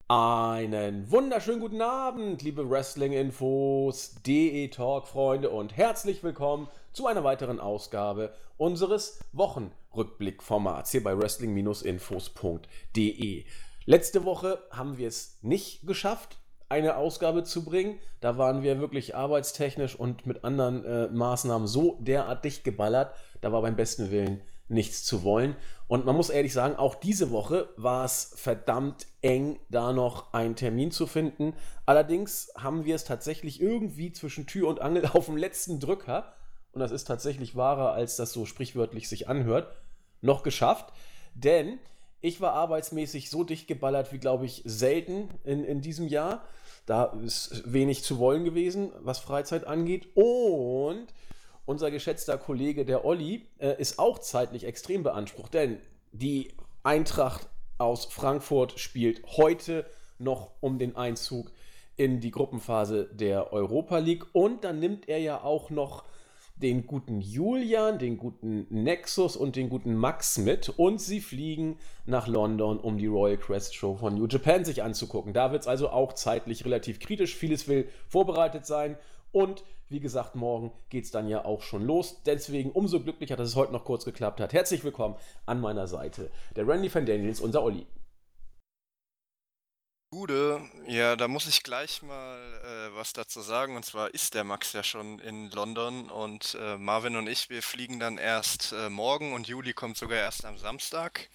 Einen wunderschönen guten Abend, liebe Wrestling-Infos, DE-Talk-Freunde und herzlich willkommen zu einer weiteren Ausgabe unseres Wochenrückblick-Formats hier bei wrestling-infos.de. Letzte Woche haben wir es nicht geschafft, eine Ausgabe zu bringen. Da waren wir wirklich arbeitstechnisch und mit anderen Maßnahmen so derart dicht geballert, da war beim besten Willen nichts zu wollen. Und man muss ehrlich sagen, auch diese Woche war es verdammt eng, da noch einen Termin zu finden. Allerdings haben wir es tatsächlich irgendwie zwischen Tür und Angel auf dem letzten Drücker, und das ist tatsächlich wahrer, als das so sprichwörtlich sich anhört, noch geschafft. Denn ich war arbeitsmäßig so dicht geballert wie, glaube ich, selten in diesem Jahr. Da ist wenig zu wollen gewesen, was Freizeit angeht. Und unser geschätzter Kollege, der Olli, ist auch zeitlich extrem beansprucht, denn die Eintracht aus Frankfurt spielt heute noch um den Einzug in die Gruppenphase der Europa League und dann nimmt er ja auch noch den guten Julian, den guten Nexus und den guten Max mit und sie fliegen nach London, um die Royal Quest Show von New Japan sich anzugucken. Da wird es also auch zeitlich relativ kritisch. Vieles will vorbereitet sein und wie gesagt, morgen geht es dann ja auch schon los. Deswegen umso glücklicher, dass es heute noch kurz geklappt hat. Herzlich willkommen an meiner Seite, der Randy Van Daniels, unser Olli. Gude, ja, da muss ich gleich mal was dazu sagen. Und zwar ist der Max ja schon in London und Marvin und ich, wir fliegen dann erst morgen und Juli kommt sogar erst am Samstag.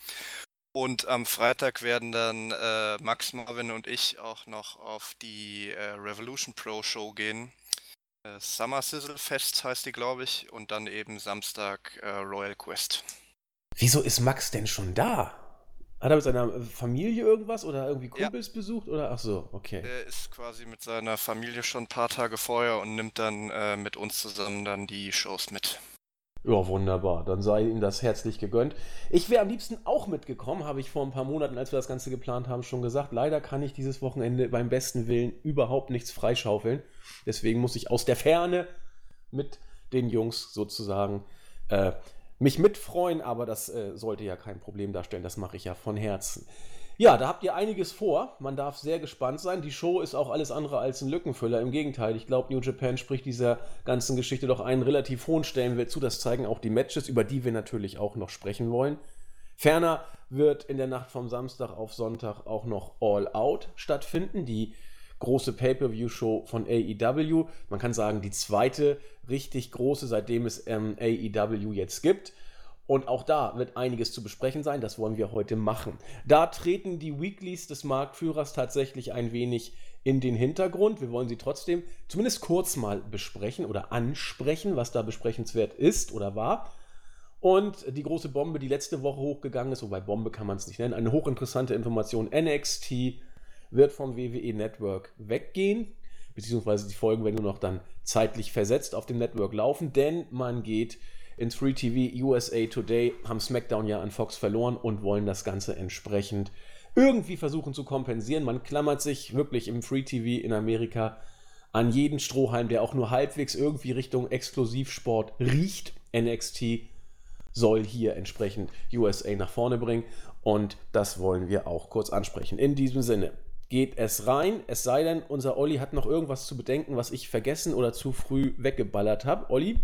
Und am Freitag werden dann Max, Marvin und ich auch noch auf die Revolution Pro Show gehen. Summer Sizzle Fest heißt die, glaube ich. Und dann eben Samstag Royal Quest. Wieso ist Max denn schon da? Hat er mit seiner Familie irgendwas oder irgendwie Ja, Kumpels besucht? Oder? Ach so, okay. er ist quasi mit seiner Familie schon ein paar Tage vorher und nimmt dann mit uns zusammen dann die Shows mit. Ja, wunderbar. Dann sei ihm das herzlich gegönnt. Ich wäre am liebsten auch mitgekommen, habe ich vor ein paar Monaten, als wir das Ganze geplant haben, schon gesagt. Leider kann ich dieses Wochenende beim besten Willen überhaupt nichts freischaufeln. Deswegen muss ich aus der Ferne mit den Jungs sozusagen mich mitfreuen, aber das sollte ja kein Problem darstellen. Das mache ich ja von Herzen. Ja, da habt ihr einiges vor. Man darf sehr gespannt sein. Die Show ist auch alles andere als ein Lückenfüller. Im Gegenteil, ich glaube, New Japan spricht dieser ganzen Geschichte doch einen relativ hohen Stellenwert zu. Das zeigen auch die Matches, über die wir natürlich auch noch sprechen wollen. Ferner wird in der Nacht vom Samstag auf Sonntag auch noch All Out stattfinden, die große Pay-Per-View-Show von AEW. Man kann sagen, die zweite richtig große, seitdem es AEW jetzt gibt. Und auch da wird einiges zu besprechen sein, das wollen wir heute machen. Da treten die Weeklies des Marktführers tatsächlich ein wenig in den Hintergrund. Wir wollen sie trotzdem zumindest kurz mal besprechen oder ansprechen, was da besprechenswert ist oder war. Und die große Bombe, die letzte Woche hochgegangen ist, wobei Bombe kann man es nicht nennen, eine hochinteressante Information: NXT wird vom WWE Network weggehen, beziehungsweise die Folgen werden nur noch dann zeitlich versetzt auf dem Network laufen, denn man geht ins Free TV. USA Today haben SmackDown ja an Fox verloren und wollen das Ganze entsprechend irgendwie versuchen zu kompensieren. Man klammert sich wirklich im Free TV in Amerika an jeden Strohhalm, der auch nur halbwegs irgendwie Richtung Exklusivsport riecht. NXT soll hier entsprechend USA nach vorne bringen und das wollen wir auch kurz ansprechen. In diesem Sinne geht es rein, es sei denn, unser Olli hat noch irgendwas zu bedenken, was ich vergessen oder zu früh weggeballert habe. Olli?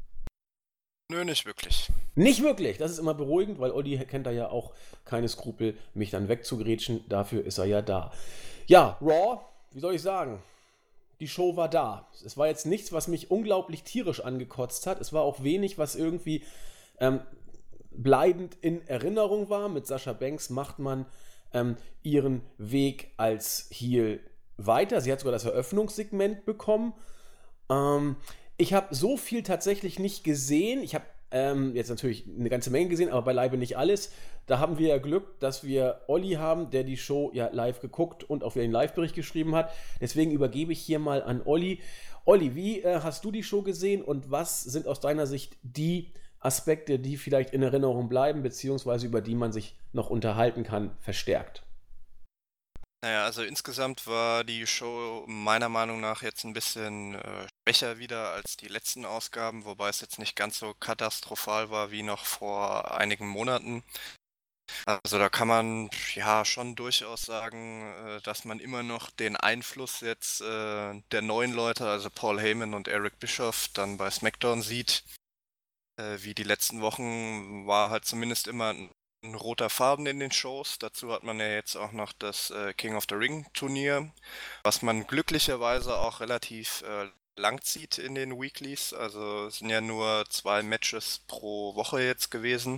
Nö, nicht wirklich. Nicht wirklich, das ist immer beruhigend, weil Olli kennt da ja auch keine Skrupel, mich dann wegzugrätschen, dafür ist er ja da. Ja, Raw, wie soll ich sagen, die Show war da. Es war jetzt nichts, was mich unglaublich tierisch angekotzt hat, es war auch wenig, was irgendwie ähm, bleibend in Erinnerung war. Mit Sascha Banks macht man ihren Weg als Heel weiter, sie hat sogar das Eröffnungssegment bekommen. Ähm, Ich habe so viel tatsächlich nicht gesehen. Ich habe jetzt natürlich eine ganze Menge gesehen, aber beileibe nicht alles. Da haben wir ja Glück, dass wir Olli haben, der die Show ja live geguckt und auch wieder den Live-Bericht geschrieben hat. Deswegen übergebe ich hier mal an Olli. Olli, wie hast du die Show gesehen und was sind aus deiner Sicht die Aspekte, die vielleicht in Erinnerung bleiben, beziehungsweise über die man sich noch unterhalten kann, verstärkt? Naja, also insgesamt war die Show meiner Meinung nach jetzt ein bisschen schwächer wieder als die letzten Ausgaben, wobei es jetzt nicht ganz so katastrophal war wie noch vor einigen Monaten. Also da kann man ja schon durchaus sagen, dass man immer noch den Einfluss jetzt der neuen Leute, also Paul Heyman und Eric Bischoff, dann bei SmackDown sieht. Wie die letzten Wochen war halt zumindest immer ein roter Faden in den Shows. Dazu hat man ja jetzt auch noch das King of the Ring Turnier, was man glücklicherweise auch relativ lang zieht in den Weeklies. Also es sind ja nur 2 Matches pro Woche jetzt gewesen.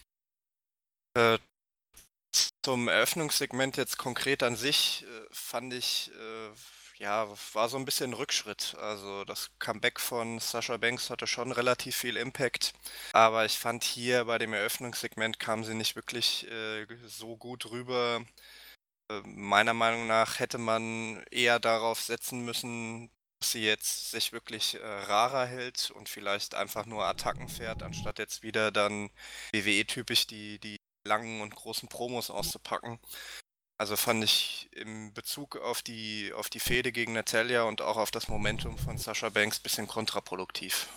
Äh, Zum Eröffnungssegment jetzt konkret an sich fand ich, ja, war so ein bisschen Rückschritt. Also das Comeback von Sasha Banks hatte schon relativ viel Impact, aber ich fand hier bei dem Eröffnungssegment kam sie nicht wirklich so gut rüber. Meiner Meinung nach hätte man eher darauf setzen müssen, dass sie jetzt sich wirklich rarer hält und vielleicht einfach nur Attacken fährt, anstatt jetzt wieder dann WWE-typisch die langen und großen Promos auszupacken. Also fand ich im Bezug auf die Fehde gegen Natalya und auch auf das Momentum von Sasha Banks ein bisschen kontraproduktiv.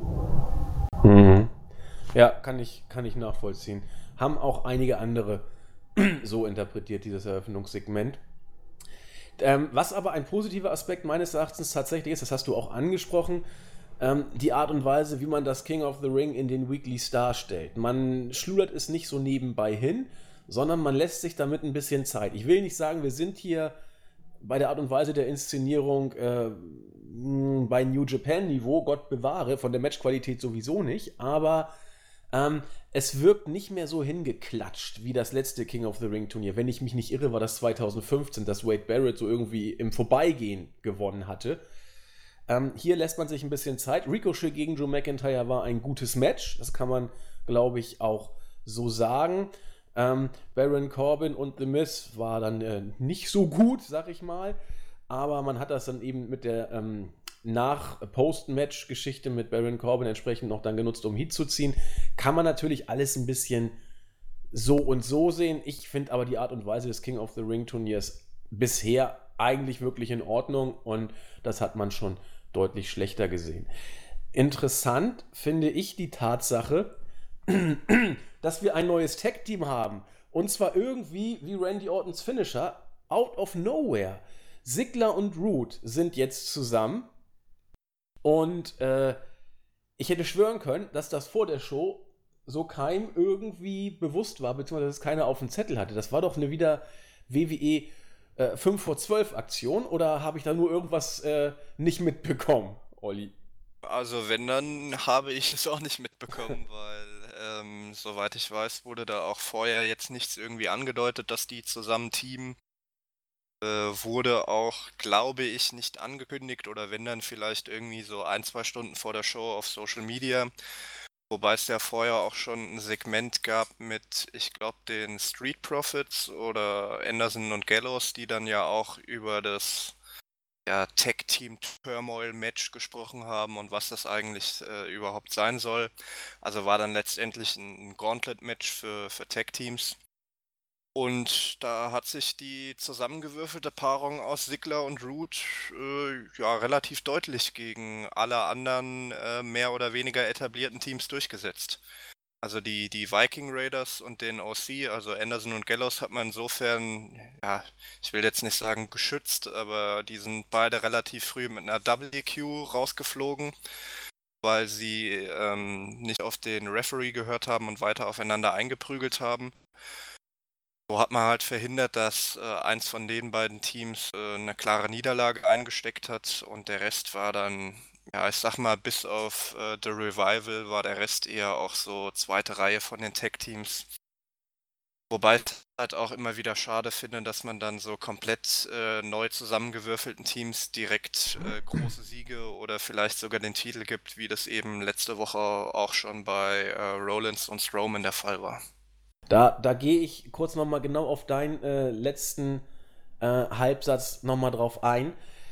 Mhm. Ja, kann ich nachvollziehen. Haben auch einige andere so interpretiert, dieses Eröffnungssegment. Was aber ein positiver Aspekt meines Erachtens tatsächlich ist, das hast du auch angesprochen, die Art und Weise, wie man das King of the Ring in den Weeklies darstellt. Man schludert es nicht so nebenbei hin, sondern man lässt sich damit ein bisschen Zeit. Ich will nicht sagen, wir sind hier bei der Art und Weise der Inszenierung bei New Japan-Niveau, Gott bewahre, von der Matchqualität sowieso nicht, aber es wirkt nicht mehr so hingeklatscht wie das letzte King of the Ring Turnier. Wenn ich mich nicht irre, war das 2015, dass Wade Barrett so irgendwie im Vorbeigehen gewonnen hatte. Hier lässt man sich ein bisschen Zeit. Ricochet gegen Drew McIntyre war ein gutes Match. Das kann man, glaube ich, auch so sagen. Baron Corbin und The Miz war dann nicht so gut, sag ich mal. Aber man hat das dann eben mit der Nach-Post-Match-Geschichte mit Baron Corbin entsprechend noch dann genutzt, um Heat zu ziehen. Kann man natürlich alles ein bisschen so und so sehen. Ich finde aber die Art und Weise des King of the Ring Turniers bisher eigentlich wirklich in Ordnung und das hat man schon deutlich schlechter gesehen. Interessant finde ich die Tatsache, dass wir ein neues Tag-Team haben. Und zwar irgendwie wie Randy Ortons Finisher, out of nowhere. Ziggler und Roode sind jetzt zusammen. Und ich hätte schwören können, dass das vor der Show so keinem irgendwie bewusst war, beziehungsweise dass es keiner auf dem Zettel hatte. Das war doch eine wieder WWE 5 vor 12 Aktion, oder habe ich da nur irgendwas nicht mitbekommen, Olli? Also wenn, dann habe ich es auch nicht mitbekommen, weil soweit ich weiß, wurde da auch vorher jetzt nichts irgendwie angedeutet, dass die zusammen teamen. Wurde auch, glaube ich, nicht angekündigt oder wenn dann vielleicht irgendwie so 1, 2 Stunden vor der Show auf Social Media. Wobei es ja vorher auch schon ein Segment gab mit, ich glaube, den Street Profits oder Anderson und Gallows, die dann ja auch über das Tag-Team-Turmoil-Match gesprochen haben und was das eigentlich überhaupt sein soll. Also war dann letztendlich ein Gauntlet-Match für Tag-Teams. Und da hat sich die zusammengewürfelte Paarung aus Ziggler und Roode ja relativ deutlich gegen alle anderen mehr oder weniger etablierten Teams durchgesetzt. Also die Viking Raiders und den OC, also Anderson und Gallows, hat man insofern, ja, ich will jetzt nicht sagen geschützt, aber die sind beide relativ früh mit einer WQ rausgeflogen, weil sie nicht auf den Referee gehört haben und weiter aufeinander eingeprügelt haben. So hat man halt verhindert, dass eins von den beiden Teams eine klare Niederlage eingesteckt hat und der Rest war dann, ja, ich sag mal, bis auf The Revival war der Rest eher auch so zweite Reihe von den Tech-Teams. Wobei ich halt auch immer wieder schade finde, dass man dann so komplett neu zusammengewürfelten Teams direkt große Siege oder vielleicht sogar den Titel gibt, wie das eben letzte Woche auch schon bei Rollins und Strowman der Fall war. Da gehe ich kurz nochmal genau auf deinen letzten Halbsatz nochmal drauf ein.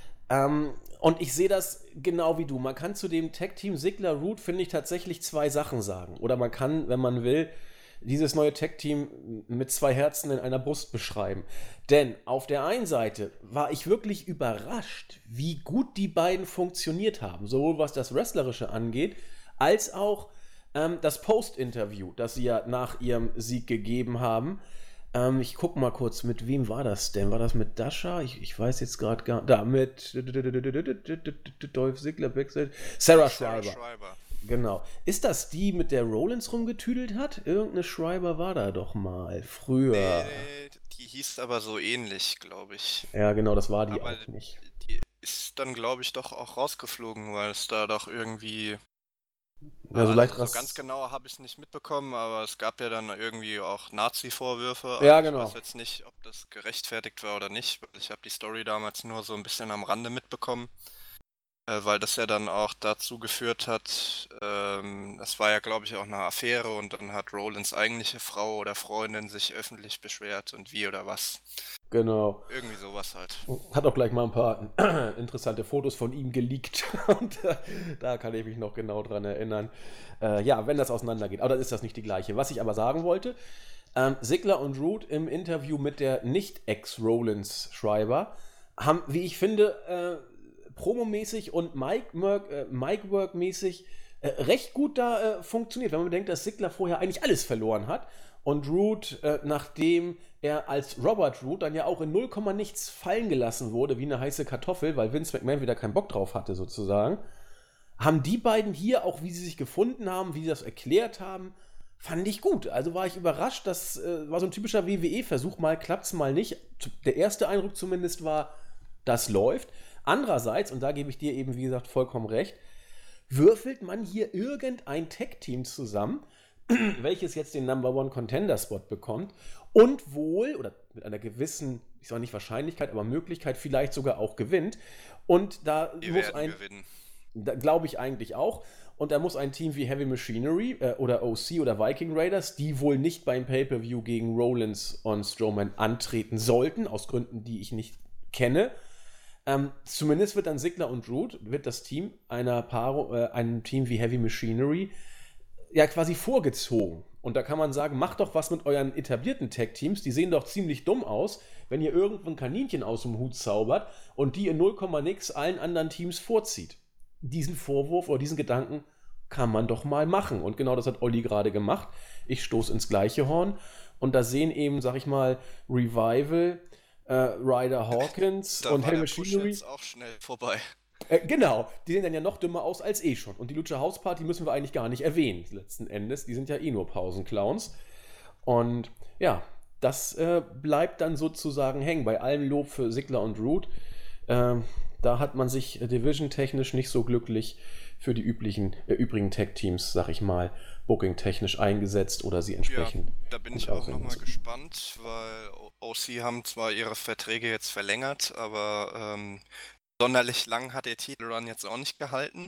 Und ich sehe das genau wie du. Man kann zu dem Tag-Team Ziggler Roode, finde ich, tatsächlich 2 Sachen sagen. Oder man kann, wenn man will, dieses neue Tag-Team mit 2 Herzen in einer Brust beschreiben. Denn auf der einen Seite war ich wirklich überrascht, wie gut die beiden funktioniert haben. Sowohl was das Wrestlerische angeht, als auch Das Post-Interview, das sie ja nach ihrem Sieg gegeben haben. Ich guck mal kurz, mit wem war das denn? War das mit Dasha? Ich weiß jetzt gerade gar nicht. Da, mit Dolph Ziggler, Backstage. Sarah Schreiber. Genau. Ist das die, mit der Rollins rumgetüdelt hat? Irgendeine Schreiber war da doch mal früher. Nee, die hieß aber so ähnlich, glaube ich. Ja, genau, das war die Aber auch nicht. die ist dann, glaube ich, doch auch rausgeflogen, weil es da doch irgendwie. Ja, so leicht So ganz genau habe ich es nicht mitbekommen, aber es gab ja dann irgendwie auch Nazi-Vorwürfe. Ja, Also ich genau. weiß jetzt nicht, ob das gerechtfertigt war oder nicht, weil ich habe die Story damals nur so ein bisschen am Rande mitbekommen. Weil das ja dann auch dazu geführt hat, das war ja, glaube ich, auch eine Affäre und dann hat Rollins eigentliche Frau oder Freundin sich öffentlich beschwert und wie oder was. Genau. Irgendwie sowas halt. Hat auch gleich mal ein paar interessante Fotos von ihm geleakt. Und da kann ich mich noch genau dran erinnern. Ja, wenn das auseinandergeht. Aber dann ist das nicht die gleiche. Was ich aber sagen wollte, Ziggler und Roode im Interview mit der Nicht-Ex-Rollins-Schreiber haben, wie ich finde, promomäßig und Mic-Work-mäßig recht gut da funktioniert. Wenn man bedenkt, dass Ziggler vorher eigentlich alles verloren hat und Roode, nachdem er als Robert Roode dann ja auch in 0, nichts fallen gelassen wurde, wie eine heiße Kartoffel, weil Vince McMahon wieder keinen Bock drauf hatte sozusagen, haben die beiden hier, auch wie sie sich gefunden haben, wie sie das erklärt haben, fand ich gut. Also war ich überrascht, das war so ein typischer WWE-Versuch, mal klappt's, mal nicht. Der erste Eindruck zumindest war, das läuft. Andererseits, und da gebe ich dir eben, wie gesagt, vollkommen recht, würfelt man hier irgendein Tag-Team zusammen, welches jetzt den Number One Contender Spot bekommt und wohl, oder mit einer gewissen, ich sage nicht Wahrscheinlichkeit, aber Möglichkeit vielleicht sogar auch gewinnt. Und da Die muss werden gewinnen. glaube ich eigentlich auch. Und da muss ein Team wie Heavy Machinery oder OC oder Viking Raiders, die wohl nicht beim Pay-Per-View gegen Rollins und Strowman antreten sollten, aus Gründen, die ich nicht kenne. Zumindest wird dann Ziggler und Roode, wird das Team einem Team wie Heavy Machinery ja quasi vorgezogen. Und da kann man sagen, macht doch was mit euren etablierten Tag-Teams, die sehen doch ziemlich dumm aus, wenn ihr irgendwo ein Kaninchen aus dem Hut zaubert und die in 0, nix allen anderen Teams vorzieht. Diesen Vorwurf oder diesen Gedanken kann man doch mal machen. Und genau das hat Olli gerade gemacht. Ich stoße ins gleiche Horn. Und da sehen eben, sag ich mal, Revival, Ryder Hawkins und Heavy Machinery. Jetzt auch schnell vorbei. Genau, die sehen dann ja noch dümmer aus als eh schon. Und die Lucha House Party müssen wir eigentlich gar nicht erwähnen, letzten Endes. Die sind ja eh nur Pausenclowns. Und ja, das bleibt dann sozusagen hängen. Bei allem Lob für Ziggler und Roode. Da hat man sich division-technisch nicht so glücklich für die übrigen Tag-Teams, sag ich mal, booking-technisch eingesetzt oder sie entsprechend. Ja, da bin ich auch nochmal gespannt, weil OC haben zwar ihre Verträge jetzt verlängert, aber sonderlich lang hat der Titelrun jetzt auch nicht gehalten.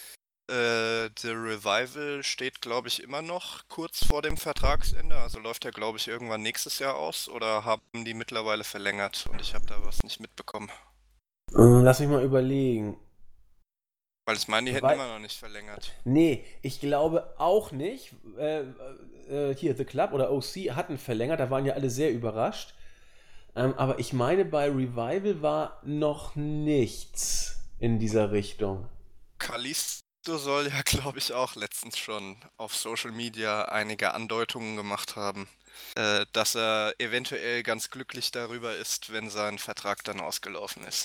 Der Revival steht, glaube ich, immer noch kurz vor dem Vertragsende. Also läuft er, glaube ich, irgendwann nächstes Jahr aus. Oder haben die mittlerweile verlängert und ich habe da was nicht mitbekommen? Lass mich mal überlegen. Weil ich meine, die hätten immer noch nicht verlängert. Nee, ich glaube auch nicht. Hier, The Club oder OC hatten verlängert, da waren ja alle sehr überrascht. Aber ich meine, bei Revival war noch nichts in dieser Richtung. Kalisto soll ja, glaube ich, auch letztens schon auf Social Media einige Andeutungen gemacht haben, dass er eventuell ganz glücklich darüber ist, wenn sein Vertrag dann ausgelaufen ist.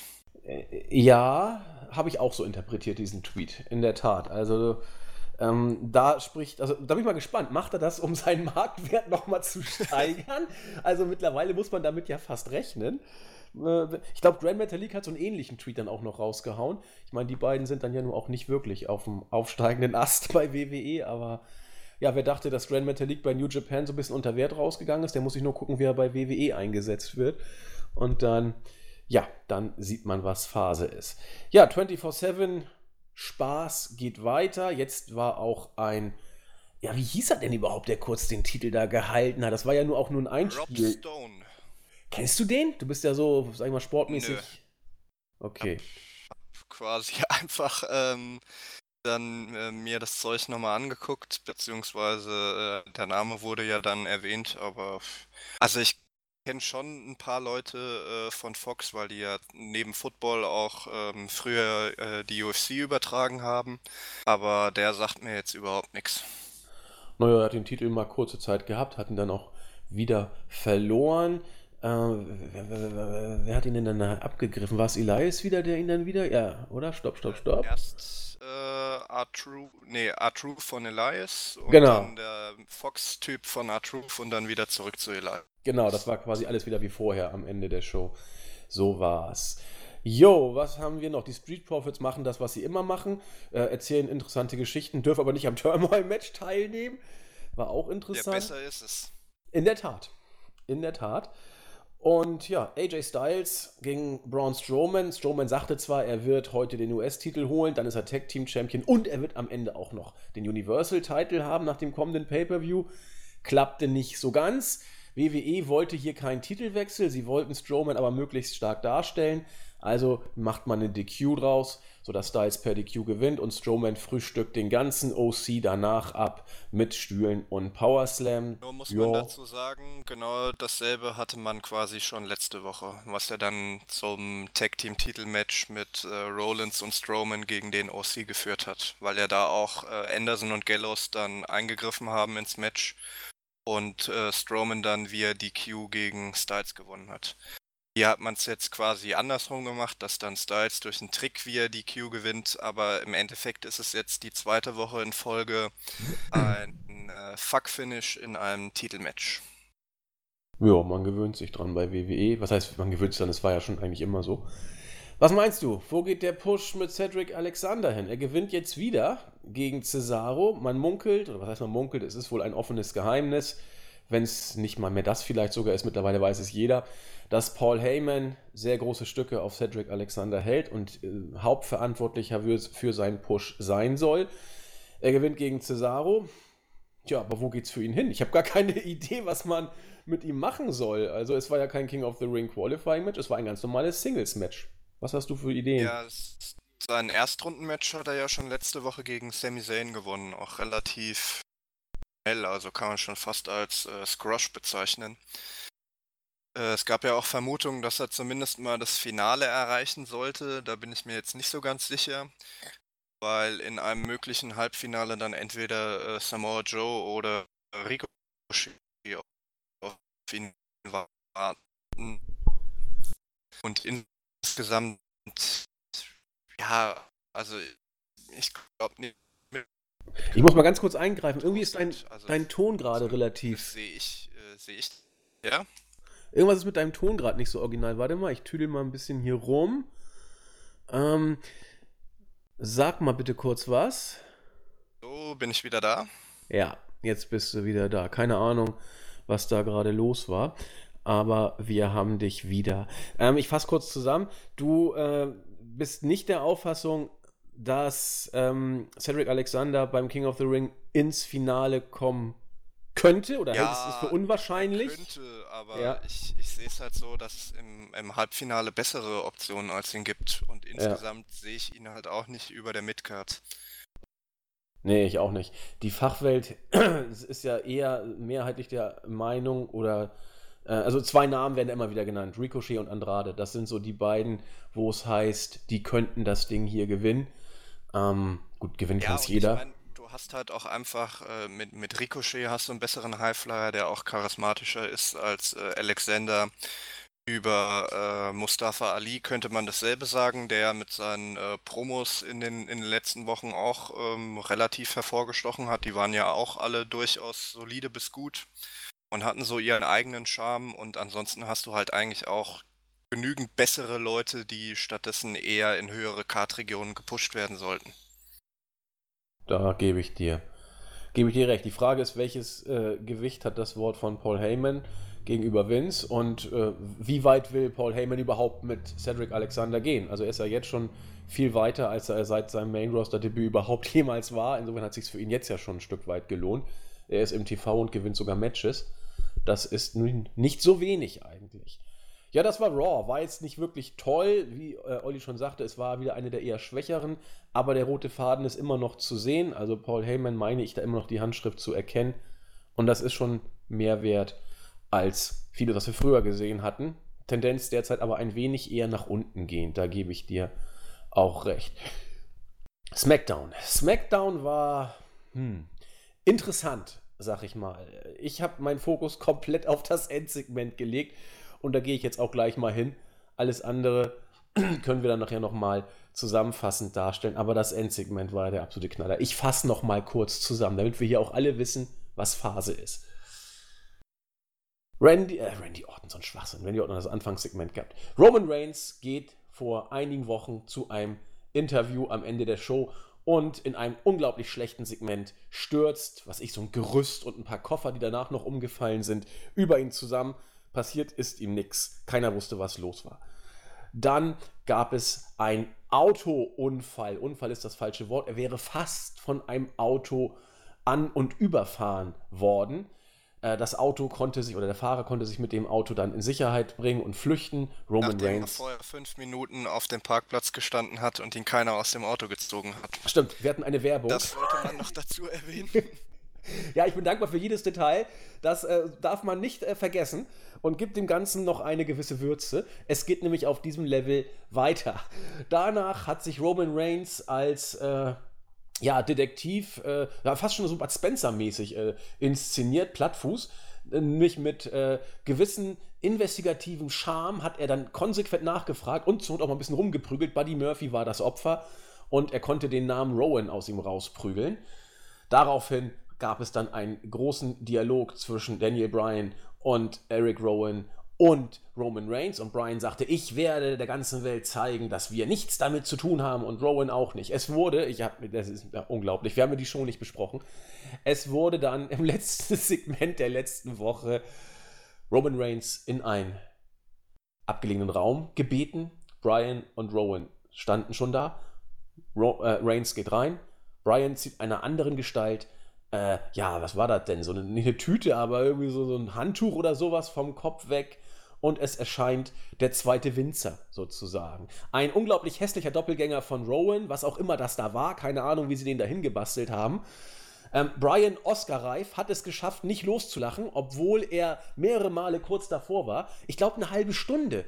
Ja, habe ich auch so interpretiert, diesen Tweet, in der Tat. Also da bin ich mal gespannt, macht er das, um seinen Marktwert nochmal zu steigern? Also mittlerweile muss man damit ja fast rechnen. Ich glaube, Grand Metalik hat so einen ähnlichen Tweet dann auch noch rausgehauen. Ich meine, die beiden sind dann ja nur auch nicht wirklich auf dem aufsteigenden Ast bei WWE, aber ja, wer dachte, dass Grand Metalik bei New Japan so ein bisschen unter Wert rausgegangen ist, der muss sich nur gucken, wie er bei WWE eingesetzt wird. Und dann sieht man, was Phase ist. Ja, 24/7 Spaß geht weiter. Jetzt war auch wie hieß er denn überhaupt, der kurz den Titel da gehalten hat? Das war ja auch nur ein Einspiel. Rob Stone. Kennst du den? Du bist ja so, sag ich mal, sportmäßig. Nö. Okay. Quasi einfach dann mir das Zeug nochmal angeguckt, beziehungsweise der Name wurde ja dann erwähnt, aber also ich kenne schon ein paar Leute von Fox, weil die ja neben Football auch früher die UFC übertragen haben, aber der sagt mir jetzt überhaupt nichts. Naja, er hat den Titel mal kurze Zeit gehabt, hat ihn dann auch wieder verloren. Wer hat ihn denn dann abgegriffen? War es Elias wieder, der ihn dann wieder? Ja, oder? Stopp. Erst R-Truth von Elias und Genau. dann der Fox-Typ von R-Truth und dann wieder zurück zu Elias. Genau, das war quasi alles wieder wie vorher am Ende der Show. So war's. Jo, was haben wir noch? Die Street Profits machen das, was sie immer machen, erzählen interessante Geschichten, dürfen aber nicht am Turmoil-Match teilnehmen. War auch Ja, interessant. besser ist es. In der Tat. Und ja, AJ Styles gegen Braun Strowman. Strowman sagte zwar, er wird heute den US-Titel holen, dann ist er Tag-Team-Champion und er wird am Ende auch noch den Universal-Titel haben nach dem kommenden Pay-Per-View. Klappte nicht so ganz. WWE wollte hier keinen Titelwechsel, sie wollten Strowman aber möglichst stark darstellen. Also macht man eine DQ draus, sodass Styles per DQ gewinnt und Strowman frühstückt den ganzen OC danach ab mit Stühlen und Powerslam. Nur muss man dazu sagen, genau dasselbe hatte man quasi schon letzte Woche, was ja dann zum Tag-Team-Titel-Match mit Rollins und Strowman gegen den OC geführt hat, weil ja da auch Anderson und Gallows dann eingegriffen haben ins Match und Strowman dann via DQ gegen Styles gewonnen hat. Hier hat man es jetzt quasi andersrum gemacht, dass dann Styles durch einen Trick via DQ gewinnt, aber im Endeffekt ist es jetzt die zweite Woche in Folge ein Fuck-Finish in einem Titelmatch. Ja, man gewöhnt sich dran bei WWE. Was heißt, man gewöhnt sich dran, das war ja schon eigentlich immer so. Was meinst du? Wo geht der Push mit Cedric Alexander hin? Er gewinnt jetzt wieder gegen Cesaro. Man munkelt, oder was heißt man munkelt, es ist wohl ein offenes Geheimnis, wenn es nicht mal mehr das vielleicht sogar ist, mittlerweile weiß es jeder, dass Paul Heyman sehr große Stücke auf Cedric Alexander hält und Hauptverantwortlicher für seinen Push sein soll. Er gewinnt gegen Cesaro. Tja, aber wo geht's für ihn hin? Ich habe gar keine Idee, was man mit ihm machen soll. Also es war ja kein King of the Ring Qualifying Match, es war ein ganz normales Singles Match. Was hast du für Ideen? Ja, sein Erstrundenmatch hat er ja schon letzte Woche gegen Sami Zayn gewonnen, auch relativ schnell, also kann man schon fast als Squash bezeichnen. Es gab ja auch Vermutungen, dass er zumindest mal das Finale erreichen sollte. Da bin ich mir jetzt nicht so ganz sicher, weil in einem möglichen Halbfinale dann entweder Samoa Joe oder Ricochet auf ihn warten. Und insgesamt, ja, also ich glaube nicht. Ich muss mal ganz kurz eingreifen. Irgendwie ist dein Ton gerade relativ. Sehe ich, ja? Irgendwas ist mit deinem Ton gerade nicht so original. Warte mal, ich tüdel mal ein bisschen hier rum. Sag mal bitte kurz was. So, bin ich wieder da? Ja, jetzt bist du wieder da. Keine Ahnung, was da gerade los war. Aber wir haben dich wieder. Ich fasse kurz zusammen. Du bist nicht der Auffassung, dass Cedric Alexander beim King of the Ring ins Finale kommen könnte oder hältst du es für unwahrscheinlich? Könnte, aber ja. ich sehe es halt so, dass es im Halbfinale bessere Optionen als ihn gibt. Und insgesamt sehe ich ihn halt auch nicht über der Midcard. Nee, ich auch nicht. Die Fachwelt ist ja eher mehrheitlich der Meinung oder also zwei Namen werden immer wieder genannt, Ricochet und Andrade. Das sind so die beiden, wo es heißt, die könnten das Ding hier gewinnen. Gut, gewinnen kann es jeder. Ich mein, du hast halt auch einfach mit Ricochet hast du einen besseren Highflyer, der auch charismatischer ist als Alexander. Über Mustafa Ali könnte man dasselbe sagen, der mit seinen Promos in den letzten Wochen auch relativ hervorgestochen hat. Die waren ja auch alle durchaus solide bis gut und hatten so ihren eigenen Charme. Und ansonsten hast du halt eigentlich auch genügend bessere Leute, die stattdessen eher in höhere Kartregionen gepusht werden sollten. Da gebe ich dir recht. Die Frage ist, welches Gewicht hat das Wort von Paul Heyman gegenüber Vince und wie weit will Paul Heyman überhaupt mit Cedric Alexander gehen? Also er ist ja jetzt schon viel weiter, als er seit seinem Main-Roster-Debüt überhaupt jemals war. Insofern hat es sich für ihn jetzt ja schon ein Stück weit gelohnt. Er ist im TV und gewinnt sogar Matches. Das ist nicht so wenig eigentlich. Ja, das war Raw. War jetzt nicht wirklich toll, wie Olli schon sagte, es war wieder eine der eher schwächeren, aber der rote Faden ist immer noch zu sehen. Also Paul Heyman meine ich da immer noch die Handschrift zu erkennen. Und das ist schon mehr wert als viele, was wir früher gesehen hatten. Tendenz derzeit aber ein wenig eher nach unten gehend. Da gebe ich dir auch recht. SmackDown. SmackDown war interessant. sag ich mal. Ich habe meinen Fokus komplett auf das Endsegment gelegt und da gehe ich jetzt auch gleich mal hin. Alles andere können wir dann nachher nochmal zusammenfassend darstellen, aber das Endsegment war der absolute Knaller. Ich fasse nochmal kurz zusammen, damit wir hier auch alle wissen, was Phase ist. Randy Orton, so ein Schwachsinn. Randy Orton hat das Anfangssegment gehabt. Roman Reigns geht vor einigen Wochen zu einem Interview am Ende der Show und in einem unglaublich schlechten Segment stürzt, so ein Gerüst und ein paar Koffer, die danach noch umgefallen sind, über ihn zusammen. Passiert ist ihm nichts. Keiner wusste, was los war. Dann gab es einen Autounfall. Unfall ist das falsche Wort. Er wäre fast von einem Auto an- und überfahren worden. Das Auto der Fahrer konnte sich mit dem Auto dann in Sicherheit bringen und flüchten. Roman Nachdem er Reigns. vorher 5 Minuten auf dem Parkplatz gestanden hat und ihn keiner aus dem Auto gezogen hat. Stimmt, wir hatten eine Werbung. Das wollte man noch dazu erwähnen. Ja, ich bin dankbar für jedes Detail. Das darf man nicht vergessen und gibt dem Ganzen noch eine gewisse Würze. Es geht nämlich auf diesem Level weiter. Danach hat sich Roman Reigns als Detektiv, fast schon so Bud Spencer-mäßig inszeniert, Plattfuß. Nämlich mit gewissen investigativen Charme hat er dann konsequent nachgefragt und so auch mal ein bisschen rumgeprügelt. Buddy Murphy war das Opfer und er konnte den Namen Rowan aus ihm rausprügeln. Daraufhin gab es dann einen großen Dialog zwischen Daniel Bryan und Eric Rowan und Roman Reigns. Und Bryan sagte, ich werde der ganzen Welt zeigen, dass wir nichts damit zu tun haben und Rowan auch nicht. Das ist unglaublich, wir haben die Show nicht besprochen. Es wurde dann im letzten Segment der letzten Woche Roman Reigns in einen abgelegenen Raum gebeten. Bryan und Rowan standen schon da. Reigns geht rein. Bryan zieht einer anderen Gestalt was war das denn? Nicht eine Tüte, aber irgendwie so ein Handtuch oder sowas vom Kopf weg. Und es erscheint der zweite Winzer sozusagen. Ein unglaublich hässlicher Doppelgänger von Rowan, was auch immer das da war. Keine Ahnung, wie sie den dahin gebastelt haben. Bryan Oscar-reif hat es geschafft, nicht loszulachen, obwohl er mehrere Male kurz davor war. Ich glaube, eine halbe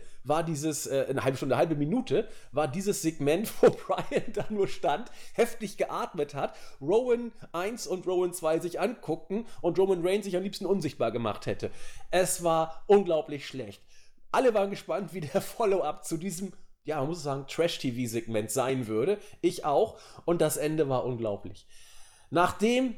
Minute war dieses Segment, wo Bryan da nur stand, heftig geatmet hat, Rowan 1 und Rowan 2 sich anguckten und Roman Reigns sich am liebsten unsichtbar gemacht hätte. Es war unglaublich schlecht. Alle waren gespannt, wie der Follow-up zu diesem, man muss sagen, Trash-TV-Segment sein würde. Ich auch. Und das Ende war unglaublich. Nachdem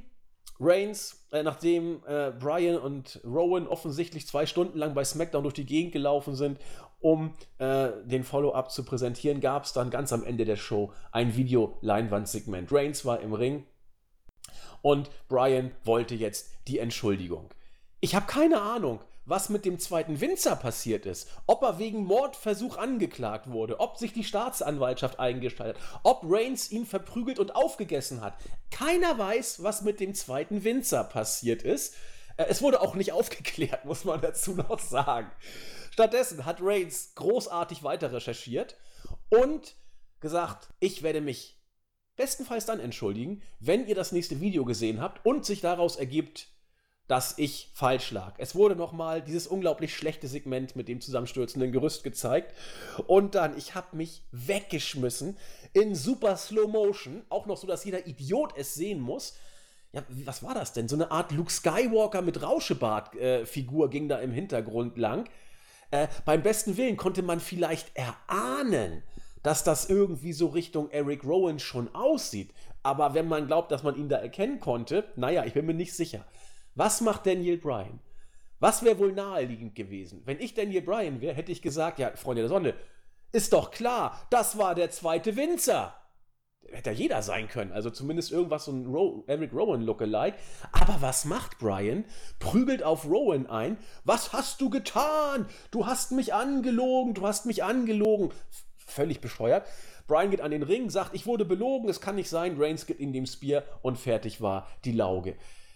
Bryan und Rowan offensichtlich 2 Stunden lang bei SmackDown durch die Gegend gelaufen sind, um den Follow-up zu präsentieren, gab es dann ganz am Ende der Show ein Video-Leinwand-Segment. Reigns war im Ring und Bryan wollte jetzt die Entschuldigung. Ich habe keine Ahnung, was mit dem zweiten Winzer passiert ist. Ob er wegen Mordversuch angeklagt wurde, ob sich die Staatsanwaltschaft eingeschaltet hat, ob Reigns ihn verprügelt und aufgegessen hat. Keiner weiß, was mit dem zweiten Winzer passiert ist. Es wurde auch nicht aufgeklärt, muss man dazu noch sagen. Stattdessen hat Reigns großartig weiter recherchiert und gesagt, ich werde mich bestenfalls dann entschuldigen, wenn ihr das nächste Video gesehen habt und sich daraus ergibt, dass ich falsch lag. Es wurde nochmal dieses unglaublich schlechte Segment mit dem zusammenstürzenden Gerüst gezeigt. Und dann, ich habe mich weggeschmissen in super Slow Motion. Auch noch so, dass jeder Idiot es sehen muss. Ja, was war das denn? So eine Art Luke Skywalker mit Rauschebart-Figur ging da im Hintergrund lang. Beim besten Willen konnte man vielleicht erahnen, dass das irgendwie so Richtung Eric Rowan schon aussieht. Aber wenn man glaubt, dass man ihn da erkennen konnte, ich bin mir nicht sicher. Was macht Daniel Bryan? Was wäre wohl naheliegend gewesen? Wenn ich Daniel Bryan wäre, hätte ich gesagt, ja, Freunde der Sonne, ist doch klar, das war der zweite Winzer. Hätte ja jeder sein können, also zumindest irgendwas so ein Eric Rowan Lookalike. Aber was macht Bryan? Prügelt auf Rowan ein. Was hast du getan? Du hast mich angelogen. Völlig bescheuert. Bryan geht an den Ring, sagt, ich wurde belogen, das kann nicht sein. Reigns gibt ihm dem Spear und fertig war die Lauge.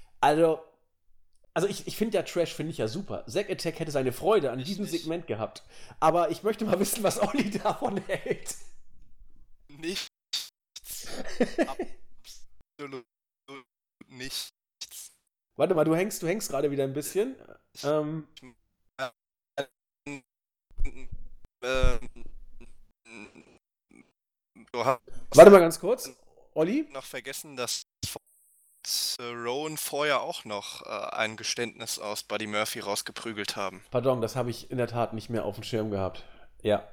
Also ich finde ja Trash, finde ich ja super. Zack Attack hätte seine Freude an diesem Segment gehabt. Aber ich möchte mal wissen, was Olli davon hält. Nichts. Absolut nichts. Warte mal, du hängst gerade wieder ein bisschen. Du hast Warte mal ganz kurz. Olli? noch vergessen, dass Rowan vorher auch noch ein Geständnis aus Buddy Murphy rausgeprügelt haben. Pardon, das habe ich in der Tat nicht mehr auf dem Schirm gehabt. Ja.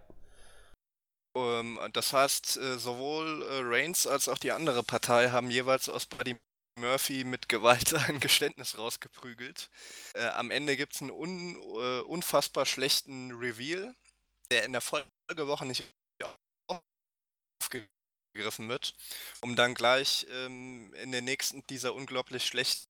Das heißt, sowohl Reigns als auch die andere Partei haben jeweils aus Buddy Murphy mit Gewalt ein Geständnis rausgeprügelt. Am Ende gibt es einen unfassbar schlechten Reveal, der in der Folgewoche nicht aufgegriffen wird, um dann gleich in den nächsten dieser unglaublich schlechten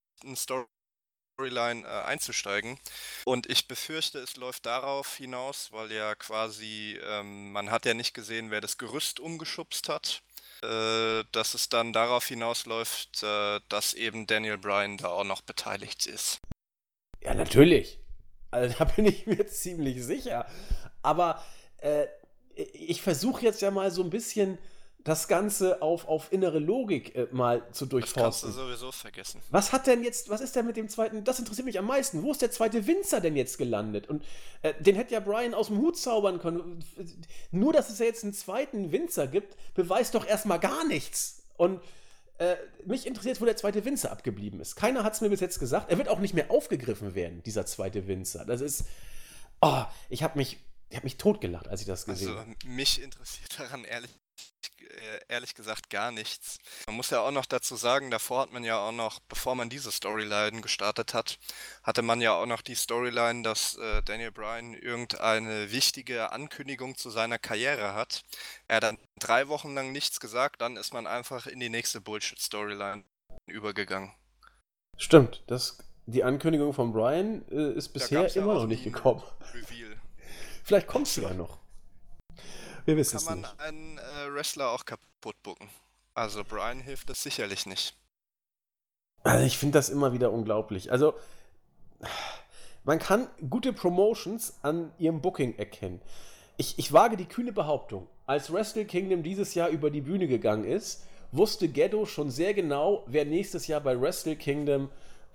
Storyline einzusteigen. Und ich befürchte, es läuft darauf hinaus, weil ja quasi, man hat ja nicht gesehen, wer das Gerüst umgeschubst hat, dass es dann darauf hinausläuft, dass eben Daniel Bryan da auch noch beteiligt ist. Ja, natürlich. Also da bin ich mir ziemlich sicher. Aber ich versuche jetzt ja mal so ein bisschen das Ganze auf innere Logik mal zu durchforsten. Das kannst du sowieso vergessen. Was ist denn mit dem zweiten, das interessiert mich am meisten, wo ist der zweite Winzer denn jetzt gelandet? Und den hätte ja Bryan aus dem Hut zaubern können. Nur, dass es ja jetzt einen zweiten Winzer gibt, beweist doch erstmal gar nichts. Und mich interessiert, wo der zweite Winzer abgeblieben ist. Keiner hat es mir bis jetzt gesagt. Er wird auch nicht mehr aufgegriffen werden, dieser zweite Winzer. Das ist, ich habe mich totgelacht, als ich das gesehen habe. Also mich interessiert daran ehrlich gesagt gar nichts. Man muss ja auch noch dazu sagen, davor hat man ja auch noch, bevor man diese Storyline gestartet hat, hatte man ja auch noch die Storyline, dass Daniel Bryan irgendeine wichtige Ankündigung zu seiner Karriere hat. Er hat dann 3 Wochen lang nichts gesagt, dann ist man einfach in die nächste Bullshit-Storyline übergegangen. Stimmt, die Ankündigung von Bryan ist bisher immer noch nicht gekommen. Reveal. Vielleicht kommt sie ja noch. Wir wissen es nicht. Kann man einen Wrestler auch kaputt bucken. Also Bryan hilft das sicherlich nicht. Also ich finde das immer wieder unglaublich. Also man kann gute Promotions an ihrem Booking erkennen. Ich wage die kühne Behauptung, als Wrestle Kingdom dieses Jahr über die Bühne gegangen ist, wusste Gedo schon sehr genau, wer nächstes Jahr bei Wrestle Kingdom,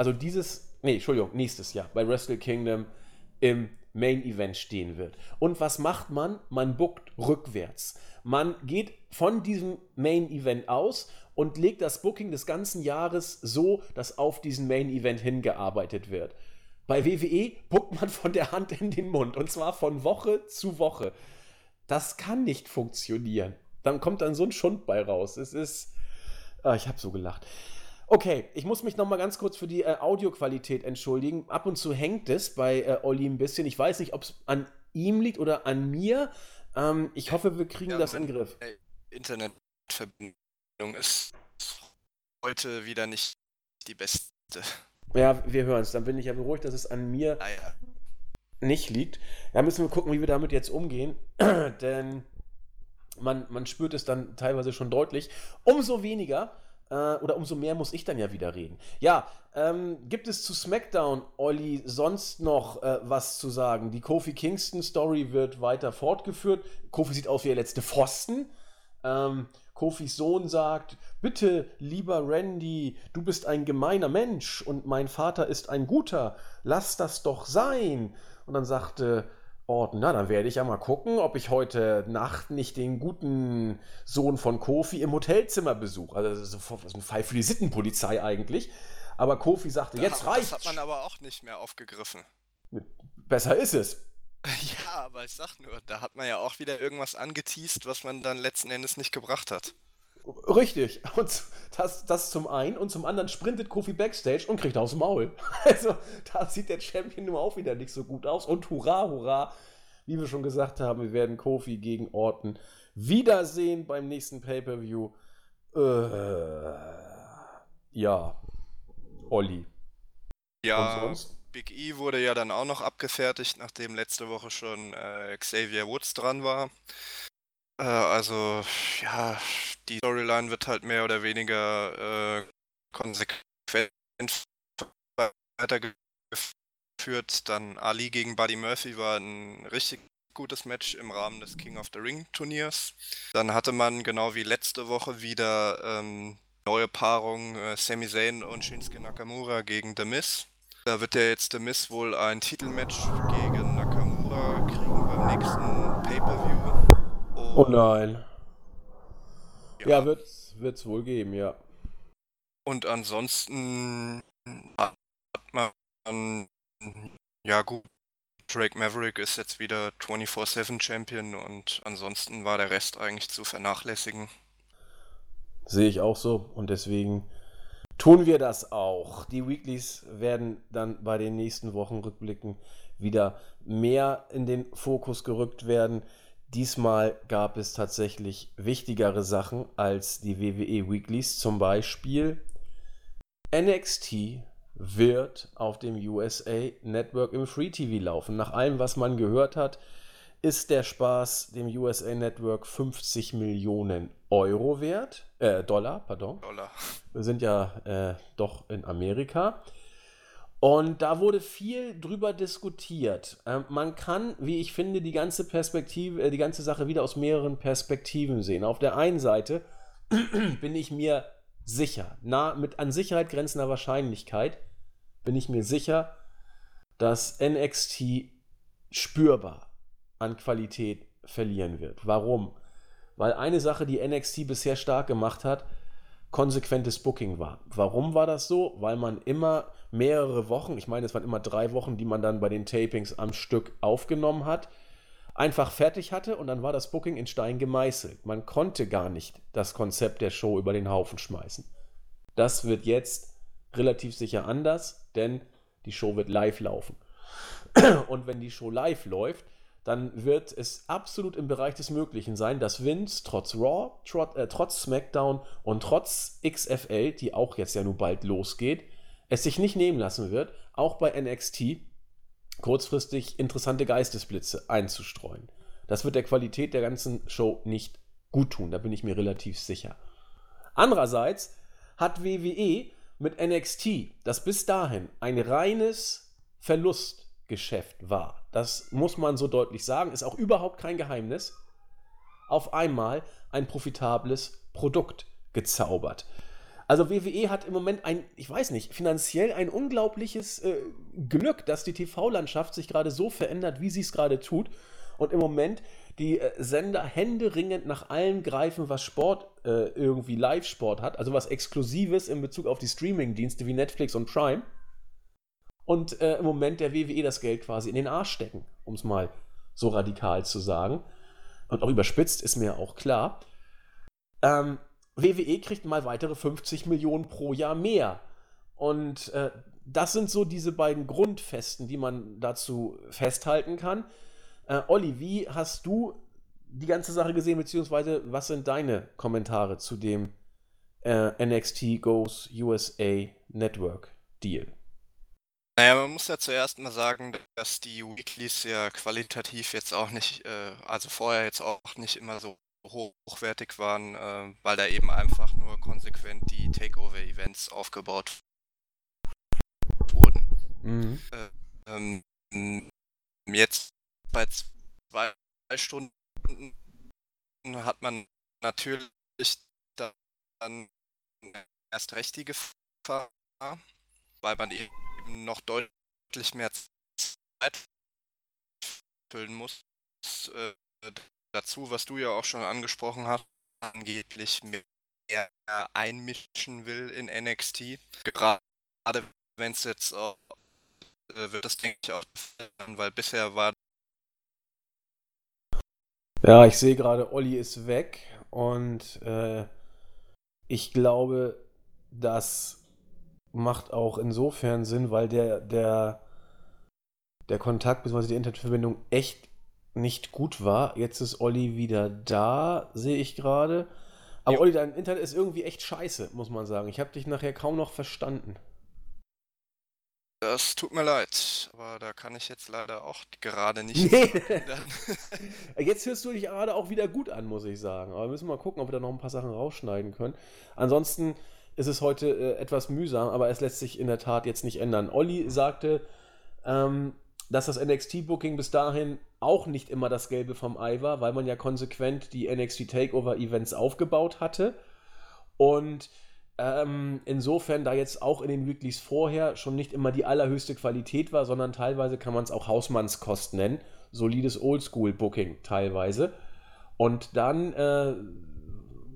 nächstes Jahr bei Wrestle Kingdom im Main Event stehen wird. Und was macht man? Man bookt rückwärts. Man geht von diesem Main Event aus und legt das Booking des ganzen Jahres so, dass auf diesen Main Event hingearbeitet wird. Bei WWE bookt man von der Hand in den Mund und zwar von Woche zu Woche. Das kann nicht funktionieren. Dann kommt dann so ein Schund bei raus. Es ist... ich habe so gelacht. Okay, ich muss mich noch mal ganz kurz für die Audioqualität entschuldigen. Ab und zu hängt es bei Olli ein bisschen. Ich weiß nicht, ob es an ihm liegt oder an mir. Ich hoffe, wir kriegen das in den Griff. Internetverbindung ist heute wieder nicht die beste. Ja, wir hören es. Dann bin ich ja beruhigt, dass es an mir nicht liegt. Da müssen wir gucken, wie wir damit jetzt umgehen. Denn man spürt es dann teilweise schon deutlich. Umso weniger... oder umso mehr muss ich dann ja wieder reden. Ja, gibt es zu SmackDown, Olli, sonst noch was zu sagen? Die Kofi Kingston-Story wird weiter fortgeführt. Kofi sieht aus wie der letzte Pfosten. Kofis Sohn sagt, bitte, lieber Randy, du bist ein gemeiner Mensch und mein Vater ist ein guter. Lass das doch sein. Und dann sagte Orton, na, dann werde ich ja mal gucken, ob ich heute Nacht nicht den guten Sohn von Kofi im Hotelzimmer besuche. Also das ist ein Fall für die Sittenpolizei eigentlich. Aber Kofi sagte, jetzt reicht's. Das hat man aber auch nicht mehr aufgegriffen. Besser ist es. Ja, aber ich sag nur, da hat man ja auch wieder irgendwas angeteast, was man dann letzten Endes nicht gebracht hat. Richtig. Und das zum einen und zum anderen sprintet Kofi Backstage und kriegt aufs Maul. Also da sieht der Champion nun auch wieder nicht so gut aus. Und hurra, hurra, wie wir schon gesagt haben, wir werden Kofi gegen Orton wiedersehen beim nächsten Pay-Per-View. Ja, Olli. Ja, und sonst? Big E wurde ja dann auch noch abgefertigt, nachdem letzte Woche schon Xavier Woods dran war. Also, ja, die Storyline wird halt mehr oder weniger konsequent weitergeführt. Dann Ali gegen Buddy Murphy war ein richtig gutes Match im Rahmen des King of the Ring Turniers. Dann hatte man genau wie letzte Woche wieder neue Paarung Sami Zayn und Shinsuke Nakamura gegen The Miz. Da wird ja jetzt The Miz wohl ein Titelmatch gegen Nakamura kriegen beim nächsten Pay-Per-View. Oh nein. Ja, wird's wohl geben, ja. Und ansonsten hat man, ja gut, Drake Maverick ist jetzt wieder 24/7 Champion und ansonsten war der Rest eigentlich zu vernachlässigen. Sehe ich auch so und deswegen tun wir das auch. Die Weeklies werden dann bei den nächsten Wochenrückblicken wieder mehr in den Fokus gerückt werden. Diesmal gab es tatsächlich wichtigere Sachen als die WWE Weeklies. Zum Beispiel NXT wird auf dem USA Network im Free TV laufen. Nach allem, was man gehört hat, ist der Spaß dem USA Network 50 Millionen Euro wert. Dollar, pardon. Dollar. Wir sind ja doch in Amerika. Und da wurde viel drüber diskutiert. Man kann, wie ich finde, die ganze Sache wieder aus mehreren Perspektiven sehen. Auf der einen Seite bin ich mir sicher, mit an Sicherheit grenzender Wahrscheinlichkeit, bin ich mir sicher, dass NXT spürbar an Qualität verlieren wird. Warum? Weil eine Sache, die NXT bisher stark gemacht hat, konsequentes Booking war. Warum war das so? Weil man immer mehrere Wochen, ich meine, es waren immer 3 Wochen, die man dann bei den Tapings am Stück aufgenommen hat, einfach fertig hatte und dann war das Booking in Stein gemeißelt. Man konnte gar nicht das Konzept der Show über den Haufen schmeißen. Das wird jetzt relativ sicher anders, denn die Show wird live laufen. Und wenn die Show live läuft, dann wird es absolut im Bereich des Möglichen sein, dass Vince trotz Raw, trotz SmackDown und trotz XFL, die auch jetzt ja nun bald losgeht, es sich nicht nehmen lassen wird, auch bei NXT kurzfristig interessante Geistesblitze einzustreuen. Das wird der Qualität der ganzen Show nicht gut tun, da bin ich mir relativ sicher. Andererseits hat WWE mit NXT, das bis dahin ein reines Verlustgeschäft war, das muss man so deutlich sagen, ist auch überhaupt kein Geheimnis, auf einmal ein profitables Produkt gezaubert. Also WWE hat im Moment finanziell ein unglaubliches Glück, dass die TV-Landschaft sich gerade so verändert, wie sie es gerade tut. Und im Moment die Sender händeringend nach allem greifen, was Sport irgendwie Live-Sport hat, also was Exklusives in Bezug auf die Streaming-Dienste wie Netflix und Prime. Und im Moment der WWE das Geld quasi in den Arsch stecken, um es mal so radikal zu sagen. Und auch überspitzt ist mir auch klar. WWE kriegt mal weitere 50 Millionen pro Jahr mehr. Und das sind so diese beiden Grundfesten, die man dazu festhalten kann. Olli, wie hast du die ganze Sache gesehen, beziehungsweise was sind deine Kommentare zu dem NXT Goes USA Network Deal? Naja, man muss ja zuerst mal sagen, dass die Weeklies ja qualitativ jetzt auch nicht, also vorher jetzt auch nicht immer so hochwertig waren, weil da eben einfach nur konsequent die Takeover-Events aufgebaut wurden. Mhm. Jetzt bei 2 Stunden hat man natürlich dann erst recht die Gefahr, weil man eben noch deutlich mehr Zeit füllen muss. Dazu, was du ja auch schon angesprochen hast, angeblich mehr einmischen will in NXT. Gerade wenn es jetzt auch, wird das, denke ich, auch passieren, weil bisher war. Ja, ich sehe gerade, Olli ist weg und ich glaube, das macht auch insofern Sinn, weil der Kontakt bzw. die Internetverbindung echt nicht gut war. Jetzt ist Olli wieder da, sehe ich gerade. Aber Jo. Olli, dein Internet ist irgendwie echt scheiße, muss man sagen. Ich habe dich nachher kaum noch verstanden. Das tut mir leid, aber da kann ich jetzt leider auch gerade nicht Nee. ändern. Jetzt hörst du dich gerade auch wieder gut an, muss ich sagen. Aber wir müssen mal gucken, ob wir da noch ein paar Sachen rausschneiden können. Ansonsten ist es heute etwas mühsam, aber es lässt sich in der Tat jetzt nicht ändern. Olli sagte, dass das NXT-Booking bis dahin auch nicht immer das Gelbe vom Ei war, weil man ja konsequent die NXT Takeover-Events aufgebaut hatte. Und insofern da jetzt auch in den Weeklies vorher schon nicht immer die allerhöchste Qualität war, sondern teilweise kann man es auch Hausmannskost nennen. Solides Oldschool-Booking teilweise. Und dann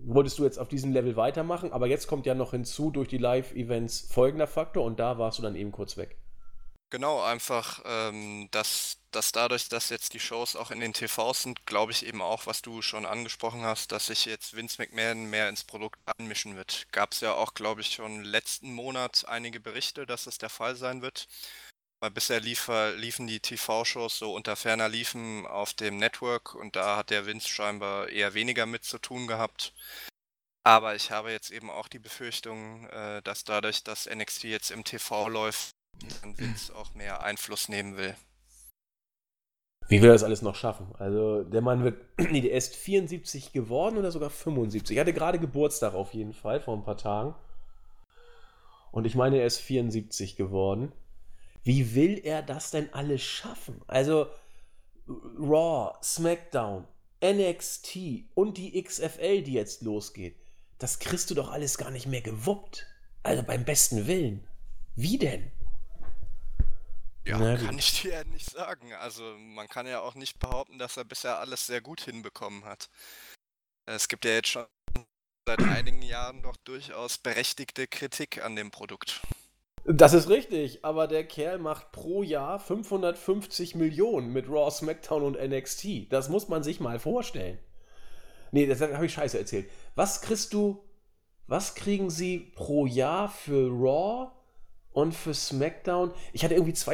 wolltest du jetzt auf diesem Level weitermachen, aber jetzt kommt ja noch hinzu durch die Live-Events folgender Faktor und da warst du dann eben kurz weg. Genau, einfach, dass dadurch, dass jetzt die Shows auch in den TVs sind, glaube ich eben auch, was du schon angesprochen hast, dass sich jetzt Vince McMahon mehr ins Produkt einmischen wird. Gab es ja auch, glaube ich, schon letzten Monat einige Berichte, dass es der Fall sein wird. Weil bisher liefen die TV-Shows so unter ferner Liefen auf dem Network und da hat der Vince scheinbar eher weniger mit zu tun gehabt. Aber ich habe jetzt eben auch die Befürchtung, dass dadurch, dass NXT jetzt im TV läuft, dann Vince auch mehr Einfluss nehmen will. Wie will er das alles noch schaffen? Also, der Mann wird, nee, der ist 74 geworden oder sogar 75. Er hatte gerade Geburtstag auf jeden Fall, vor ein paar Tagen. Und ich meine, er ist 74 geworden. Wie will er das denn alles schaffen? Also, Raw, SmackDown, NXT und die XFL, die jetzt losgeht, das kriegst du doch alles gar nicht mehr gewuppt. Also beim besten Willen. Wie denn? Ja, Na kann gut. ich dir ja nicht sagen. Also man kann ja auch nicht behaupten, dass er bisher alles sehr gut hinbekommen hat. Es gibt ja jetzt schon seit einigen Jahren doch durchaus berechtigte Kritik an dem Produkt. Das ist richtig, aber der Kerl macht pro Jahr 550 Millionen mit Raw, SmackDown und NXT. Das muss man sich mal vorstellen. Nee, das habe ich scheiße erzählt. Was kriegen sie pro Jahr für Raw und für SmackDown? Ich hatte irgendwie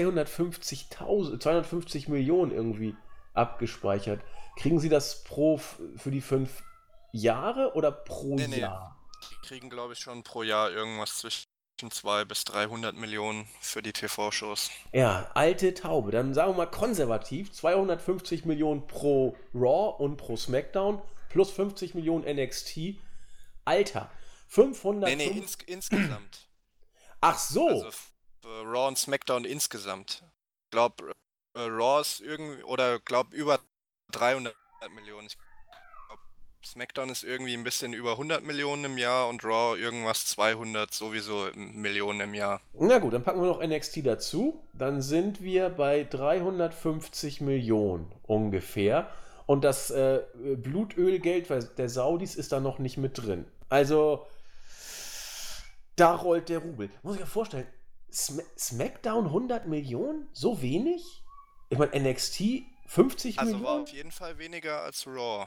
250 Millionen irgendwie abgespeichert. Kriegen sie das für die 5 Jahre oder pro Nee, Jahr? die kriegen glaube ich schon pro Jahr irgendwas zwischen 200 bis 300 Millionen für die TV-Shows. Ja, alte Taube. Dann sagen wir mal konservativ 250 Millionen pro Raw und pro SmackDown plus 50 Millionen NXT. Alter, 500. Nee, insgesamt. Ach so. Also für Raw und SmackDown insgesamt. Ich glaube, Raw ist irgendwie, oder glaube über 300 Millionen. Ich glaube, SmackDown ist irgendwie ein bisschen über 100 Millionen im Jahr und Raw irgendwas 200 sowieso Millionen im Jahr. Na gut, dann packen wir noch NXT dazu. Dann sind wir bei 350 Millionen ungefähr. Und das Blutölgeld der Saudis ist da noch nicht mit drin. Also, da rollt der Rubel. Muss ich mir vorstellen, SmackDown 100 Millionen? So wenig? Ich meine, NXT 50 Also Millionen? war auf jeden Fall weniger als Raw.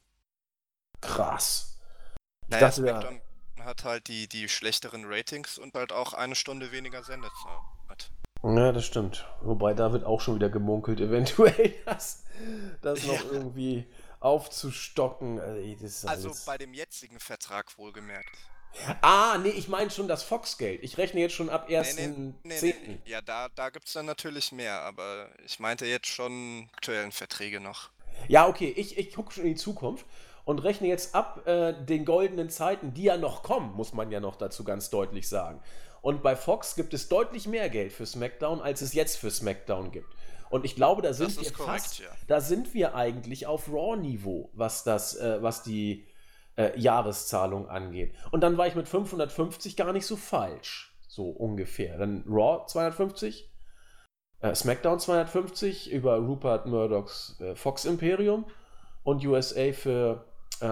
Krass. Naja, dachte, SmackDown hat halt die schlechteren Ratings und halt auch eine Stunde weniger Sendezeit. Ja, das stimmt. Wobei da wird auch schon wieder gemunkelt, eventuell das noch irgendwie aufzustocken. Also bei dem jetzigen Vertrag wohlgemerkt. Nee, ich meine schon das Fox-Geld. Ich rechne jetzt schon ab 1.10. Nee. Ja, da gibt es dann natürlich mehr, aber ich meinte jetzt schon aktuellen Verträge noch. Ja, okay, ich gucke schon in die Zukunft und rechne jetzt ab den goldenen Zeiten, die ja noch kommen, muss man ja noch dazu ganz deutlich sagen. Und bei Fox gibt es deutlich mehr Geld für SmackDown, als es jetzt für SmackDown gibt. Und ich glaube, da sind da sind wir eigentlich auf Raw-Niveau, was die Jahreszahlung angeht. Und dann war ich mit 550 gar nicht so falsch, so ungefähr. Dann Raw 250, SmackDown 250 über Rupert Murdochs Fox Imperium und USA für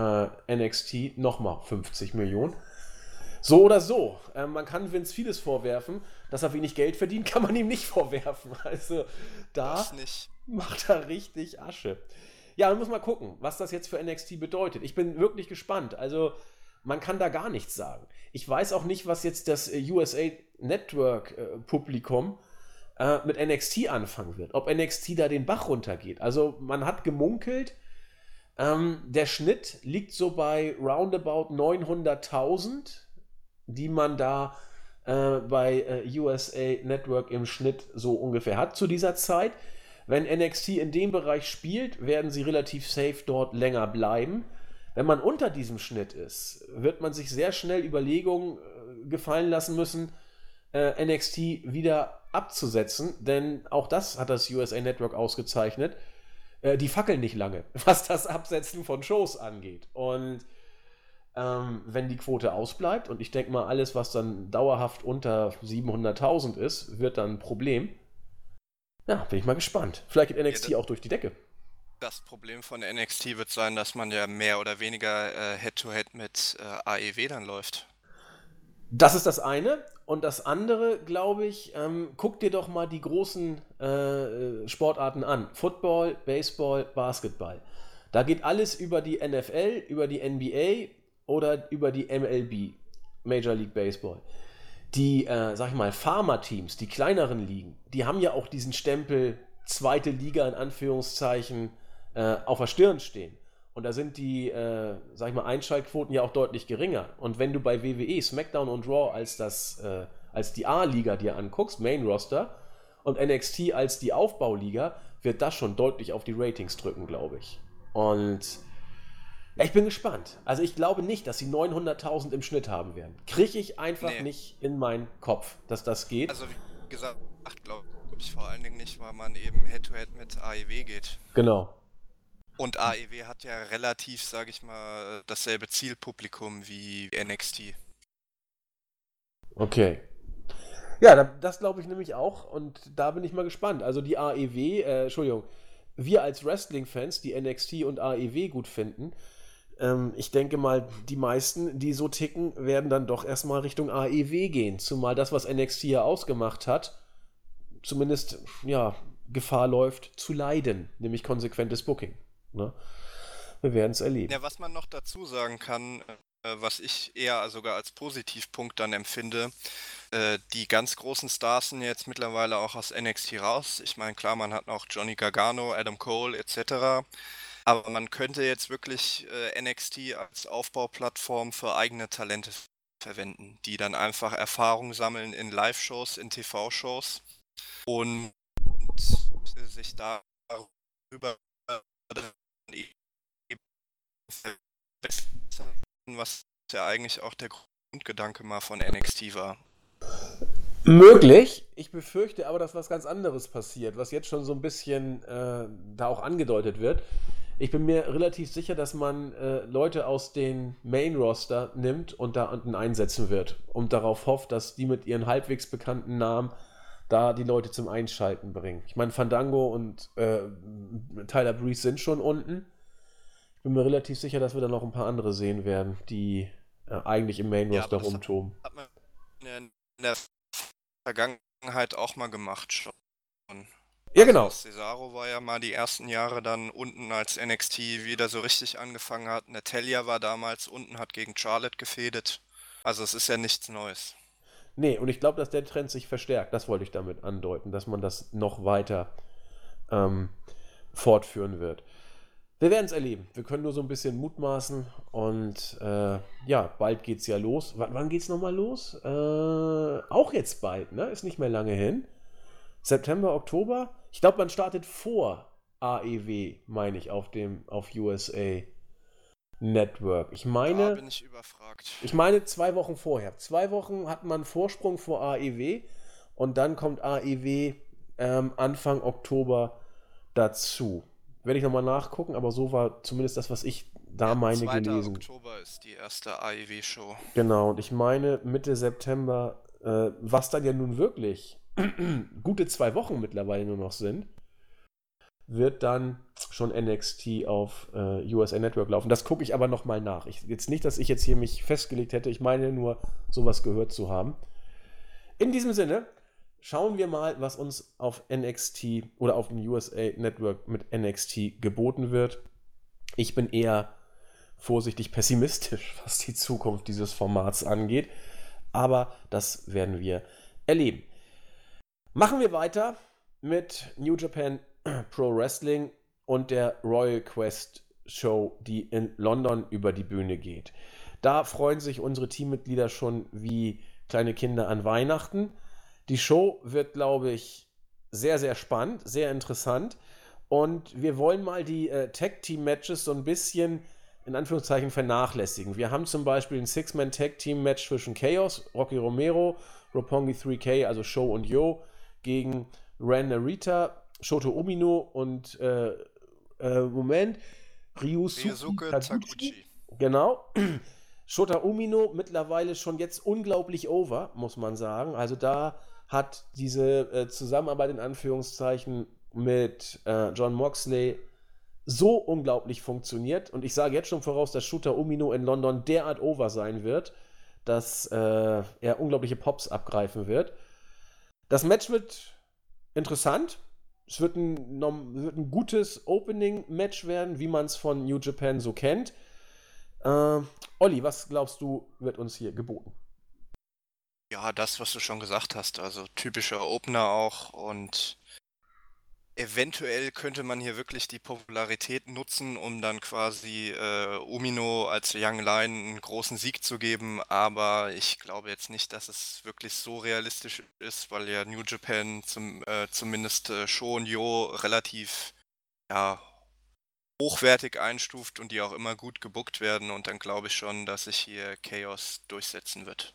NXT nochmal 50 Millionen. So oder so. Man kann Vince vieles vorwerfen. Dass er wenig Geld verdient, kann man ihm nicht vorwerfen. Also da macht er richtig Asche. Ja, man muss mal gucken, was das jetzt für NXT bedeutet. Ich bin wirklich gespannt. Also man kann da gar nichts sagen. Ich weiß auch nicht, was jetzt das USA Network Publikum mit NXT anfangen wird. Ob NXT da den Bach runtergeht. Also man hat gemunkelt, der Schnitt liegt so bei roundabout 900.000, die man da bei USA Network im Schnitt so ungefähr hat zu dieser Zeit. Wenn NXT in dem Bereich spielt, werden sie relativ safe dort länger bleiben. Wenn man unter diesem Schnitt ist, wird man sich sehr schnell Überlegungen gefallen lassen müssen, NXT wieder abzusetzen, denn auch das hat das USA Network ausgezeichnet. Die fackeln nicht lange, was das Absetzen von Shows angeht. Und wenn die Quote ausbleibt, und ich denke mal, alles, was dann dauerhaft unter 700.000 ist, wird dann ein Problem. Ja, bin ich mal gespannt. Vielleicht geht NXT auch durch die Decke. Das Problem von NXT wird sein, dass man ja mehr oder weniger Head-to-Head mit AEW dann läuft. Das ist das eine. Und das andere, glaube ich, guck dir doch mal die großen Sportarten an. Football, Baseball, Basketball. Da geht alles über die NFL, über die NBA oder über die MLB, Major League Baseball. Die, sag ich mal, Farmer-Teams, die kleineren Ligen, die haben ja auch diesen Stempel zweite Liga in Anführungszeichen auf der Stirn stehen. Und da sind die, sag ich mal, Einschaltquoten ja auch deutlich geringer. Und wenn du bei WWE, SmackDown und Raw als die A-Liga dir anguckst, Main Roster, und NXT als die Aufbauliga, wird das schon deutlich auf die Ratings drücken, glaube ich. Und ja, ich bin gespannt. Also ich glaube nicht, dass sie 900.000 im Schnitt haben werden. Kriege ich einfach Nee. nicht in meinen Kopf, dass das geht. Also wie gesagt, glaube ich vor allen Dingen nicht, weil man eben Head-to-Head mit AEW geht. Genau. Und AEW hat ja relativ, sage ich mal, dasselbe Zielpublikum wie NXT. Okay. Ja, das glaube ich nämlich auch und da bin ich mal gespannt. Also die AEW, Entschuldigung, wir als Wrestling-Fans, die NXT und AEW gut finden, ich denke mal, die meisten, die so ticken, werden dann doch erstmal Richtung AEW gehen. Zumal das, was NXT ja ausgemacht hat, zumindest, ja, Gefahr läuft zu leiden, nämlich konsequentes Booking. Ne? Wir werden es erleben. Ja, was man noch dazu sagen kann, was ich eher sogar als Positivpunkt dann empfinde, die ganz großen Stars sind jetzt mittlerweile auch aus NXT raus. Ich meine, klar, man hat noch Johnny Gargano, Adam Cole etc. Aber man könnte jetzt wirklich NXT als Aufbauplattform für eigene Talente verwenden, die dann einfach Erfahrung sammeln in Live-Shows, in TV-Shows und sich darüber eben verbessern, was ja eigentlich auch der Grundgedanke mal von NXT war. Möglich. Ich befürchte aber, dass was ganz anderes passiert, was jetzt schon so ein bisschen da auch angedeutet wird. Ich bin mir relativ sicher, dass man Leute aus den Main-Roster nimmt und da unten einsetzen wird und darauf hofft, dass die mit ihren halbwegs bekannten Namen da die Leute zum Einschalten bringen. Ich meine, Fandango und Tyler Breeze sind schon unten. Ich bin mir relativ sicher, dass wir da noch ein paar andere sehen werden, die eigentlich im Main-Roster rumtoben. Hat man in der Vergangenheit auch mal gemacht schon. Ja, genau. Cesaro war ja mal die ersten Jahre dann unten, als NXT wieder so richtig angefangen hat. Natalya war damals unten, hat gegen Charlotte gefädet. Also es ist ja nichts Neues. Nee, und ich glaube, dass der Trend sich verstärkt. Das wollte ich damit andeuten, dass man das noch weiter fortführen wird. Wir werden es erleben. Wir können nur so ein bisschen mutmaßen und ja, bald geht's ja los. Wann geht's nochmal los? Auch jetzt bald, ne? Ist nicht mehr lange hin. September, Oktober? Ich glaube, man startet vor AEW, meine ich, auf USA Network. Da bin ich überfragt. Ich meine 2 Wochen vorher. 2 Wochen hat man Vorsprung vor AEW und dann kommt AEW Anfang Oktober dazu. Werde ich nochmal nachgucken, aber so war zumindest das, was ich da meine 2. gelesen. Oktober ist die erste AEW-Show. Genau, und ich meine Mitte September, was dann ja nun wirklich gute 2 Wochen mittlerweile nur noch sind, wird dann schon NXT auf USA Network laufen. Das gucke ich aber nochmal nach. Jetzt nicht, dass ich jetzt hier mich festgelegt hätte. Ich meine nur, sowas gehört zu haben. In diesem Sinne, schauen wir mal, was uns auf NXT oder auf dem USA Network mit NXT geboten wird. Ich bin eher vorsichtig pessimistisch, was die Zukunft dieses Formats angeht. Aber das werden wir erleben. Machen wir weiter mit New Japan Pro Wrestling und der Royal Quest Show, die in London über die Bühne geht. Da freuen sich unsere Teammitglieder schon wie kleine Kinder an Weihnachten. Die Show wird, glaube ich, sehr, sehr spannend, sehr interessant. Und wir wollen mal die Tag-Team-Matches so ein bisschen in Anführungszeichen vernachlässigen. Wir haben zum Beispiel ein Six-Man-Tag-Team-Match zwischen Chaos, Rocky Romero, Roppongi 3K, also Show und Yo, gegen Ren Narita, Shota Umino und Ryusuke Taguchi. Genau. Shota Umino mittlerweile schon jetzt unglaublich over, muss man sagen. Also da hat diese Zusammenarbeit in Anführungszeichen mit Jon Moxley so unglaublich funktioniert. Und ich sage jetzt schon voraus, dass Shota Umino in London derart over sein wird, dass er unglaubliche Pops abgreifen wird. Das Match wird interessant. Es wird ein gutes Opening-Match werden, wie man es von New Japan so kennt. Olli, was glaubst du, wird uns hier geboten? Ja, das, was du schon gesagt hast, also typischer Opener auch und eventuell könnte man hier wirklich die Popularität nutzen, um dann quasi Umino als Young Lion einen großen Sieg zu geben, aber ich glaube jetzt nicht, dass es wirklich so realistisch ist, weil ja New Japan zumindest Sho und Jo relativ ja, hochwertig einstuft und die auch immer gut gebookt werden und dann glaube ich schon, dass sich hier Chaos durchsetzen wird.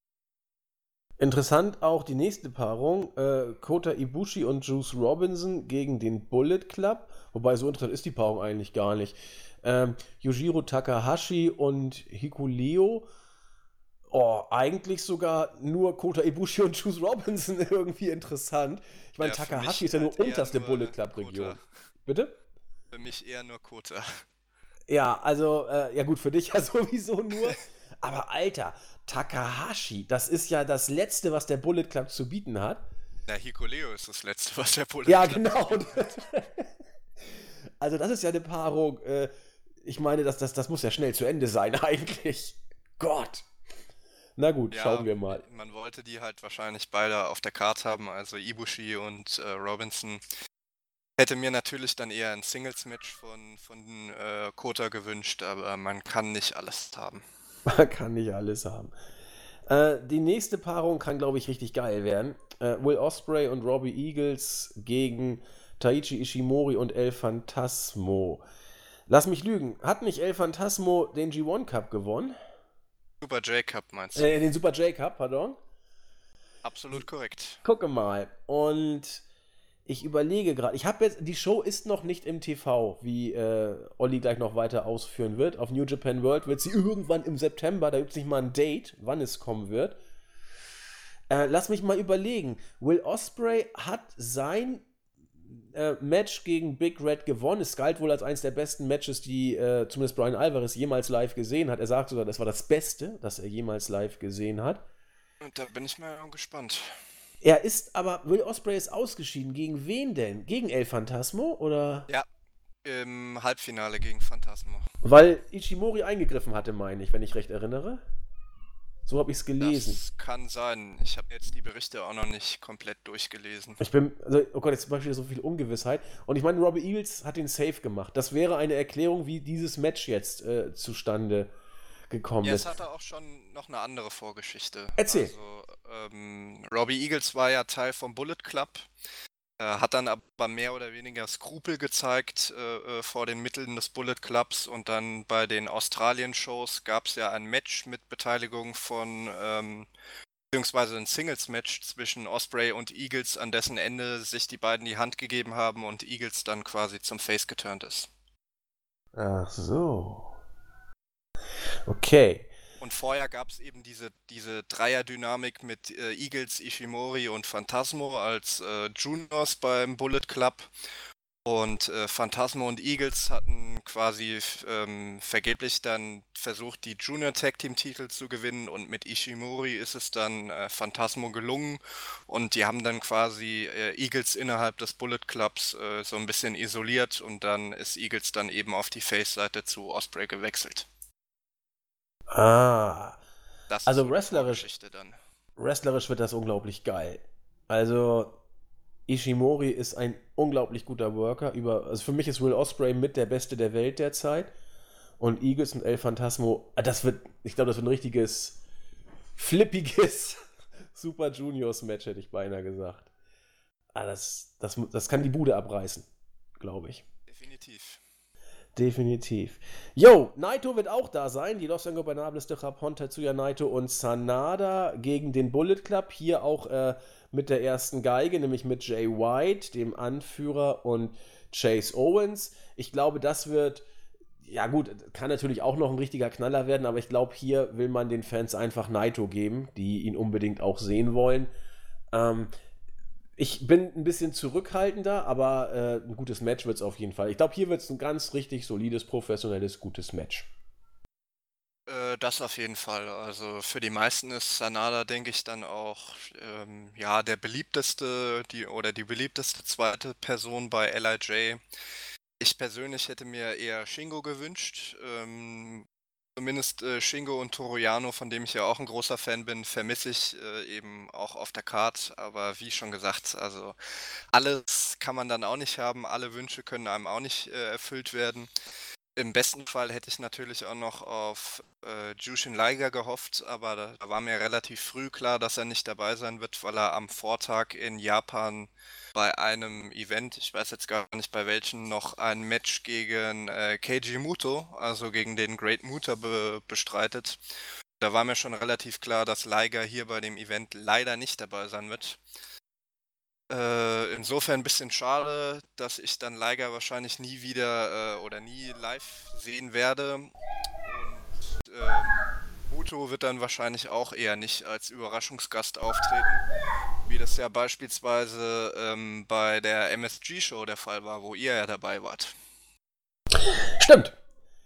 Interessant auch die nächste Paarung, Kota Ibushi und Juice Robinson gegen den Bullet Club, wobei so interessant ist die Paarung eigentlich gar nicht. Yujiro Takahashi und Hikuleo, eigentlich sogar nur Kota Ibushi und Juice Robinson irgendwie interessant. Ich meine, Ja, für Takahashi mich ist ja nur halt eher unterste nur Bullet Club Region. Kota. Bitte? Für mich eher nur Kota. Ja, also, ja gut, für dich ja sowieso nur. Aber Alter, Takahashi, das ist ja das Letzte, was der Bullet Club zu bieten hat. Na, Hikuleo ist das Letzte, was der Bullet Ja, Club genau. hat. Also das ist ja eine Paarung. Ich meine, das muss ja schnell zu Ende sein eigentlich. Gott. Na gut, Ja, schauen wir mal. man wollte die halt wahrscheinlich beide auf der Karte haben, also Ibushi und Robinson. Hätte mir natürlich dann eher ein Singles-Match von Kota gewünscht, aber man kann nicht alles haben. Man kann nicht alles haben. Die nächste Paarung kann, glaube ich, richtig geil werden. Will Ospreay und Robbie Eagles gegen Taichi Ishimori und El Phantasmo. Lass mich lügen. Hat nicht El Phantasmo den G1 Cup gewonnen? Super J-Cup meinst du? Den Super J Cup, pardon. Absolut korrekt. Gucke mal. Und ich überlege gerade, die Show ist noch nicht im TV, wie Olli gleich noch weiter ausführen wird. Auf New Japan World wird sie irgendwann im September, da gibt es nicht mal ein Date, wann es kommen wird. Lass mich mal überlegen. Will Ospreay hat sein Match gegen Big Red gewonnen. Es galt wohl als eines der besten Matches, die zumindest Brian Alvarez jemals live gesehen hat. Er sagt sogar, das war das Beste, das er jemals live gesehen hat. Und da bin ich mal gespannt. Will Ospreay ist ausgeschieden. Gegen wen denn? Gegen El Phantasmo oder? Ja, im Halbfinale gegen Phantasmo. Weil Ishimori eingegriffen hatte, meine ich, wenn ich recht erinnere. So habe ich es gelesen. Das kann sein. Ich habe jetzt die Berichte auch noch nicht komplett durchgelesen. Oh Gott, jetzt zum Beispiel so viel Ungewissheit. Und ich meine, Robbie Eagles hat den Safe gemacht. Das wäre eine Erklärung, wie dieses Match jetzt zustande gekommen ist. Ja, es hatte auch schon noch eine andere Vorgeschichte. Erzähl. Also, Robbie Eagles war ja Teil vom Bullet Club, hat dann aber mehr oder weniger Skrupel gezeigt vor den Mitteln des Bullet Clubs und dann bei den Australien-Shows gab es ja ein Match mit Beteiligung von, beziehungsweise ein Singles-Match zwischen Ospreay und Eagles, an dessen Ende sich die beiden die Hand gegeben haben und Eagles dann quasi zum Face geturnt ist. Ach so. Okay. Und vorher gab es eben diese Dreierdynamik mit Eagles, Ishimori und Phantasmo als Juniors beim Bullet Club. Und Phantasmo und Eagles hatten quasi vergeblich dann versucht, die Junior Tag Team Titel zu gewinnen. Und mit Ishimori ist es dann Phantasmo gelungen. Und die haben dann quasi Eagles innerhalb des Bullet Clubs so ein bisschen isoliert. Und dann ist Eagles dann eben auf die Face-Seite zu Ospreay gewechselt. Ah. Das Also ist so wrestlerisch dann. Wrestlerisch wird das unglaublich geil. Also Ishimori ist ein unglaublich guter Worker. Also für mich ist Will Ospreay mit der Beste der Welt derzeit. Und Eagles und El Phantasmo, ich glaube, das wird ein richtiges, flippiges Super Juniors Match, hätte ich beinahe gesagt. Das kann die Bude abreißen, glaube ich. Definitiv. Definitiv. Yo, Naito wird auch da sein. Die Los Ingobernables de Japón, Tetsuya Naito und Sanada gegen den Bullet Club. Hier auch mit der ersten Geige, nämlich mit Jay White, dem Anführer, und Chase Owens. Ich glaube, das wird, ja gut, kann natürlich auch noch ein richtiger Knaller werden, aber ich glaube, hier will man den Fans einfach Naito geben, die ihn unbedingt auch sehen wollen. Ich bin ein bisschen zurückhaltender, aber ein gutes Match wird es auf jeden Fall. Ich glaube, hier wird es ein ganz richtig solides, professionelles, gutes Match. Das auf jeden Fall. Also für die meisten ist Sanada, denke ich, dann auch ja der beliebteste, die beliebteste zweite Person bei LIJ. Ich persönlich hätte mir eher Shingo gewünscht. Zumindest Shingo und Toru Yano, von dem ich ja auch ein großer Fan bin, vermisse ich eben auch auf der Card. Aber wie schon gesagt, also alles kann man dann auch nicht haben, alle Wünsche können einem auch nicht erfüllt werden. Im besten Fall hätte ich natürlich auch noch auf Jushin Liger gehofft, aber da war mir relativ früh klar, dass er nicht dabei sein wird, weil er am Vortag in Japan bei einem Event, ich weiß jetzt gar nicht bei welchem, noch ein Match gegen Keiji Muto, also gegen den Great Muta bestreitet. Da war mir schon relativ klar, dass Liger hier bei dem Event leider nicht dabei sein wird. Insofern ein bisschen schade, dass ich dann Liger wahrscheinlich nie wieder oder nie live sehen werde. Und Muto wird dann wahrscheinlich auch eher nicht als Überraschungsgast auftreten, wie das ja beispielsweise bei der MSG-Show der Fall war, wo ihr ja dabei wart. Stimmt.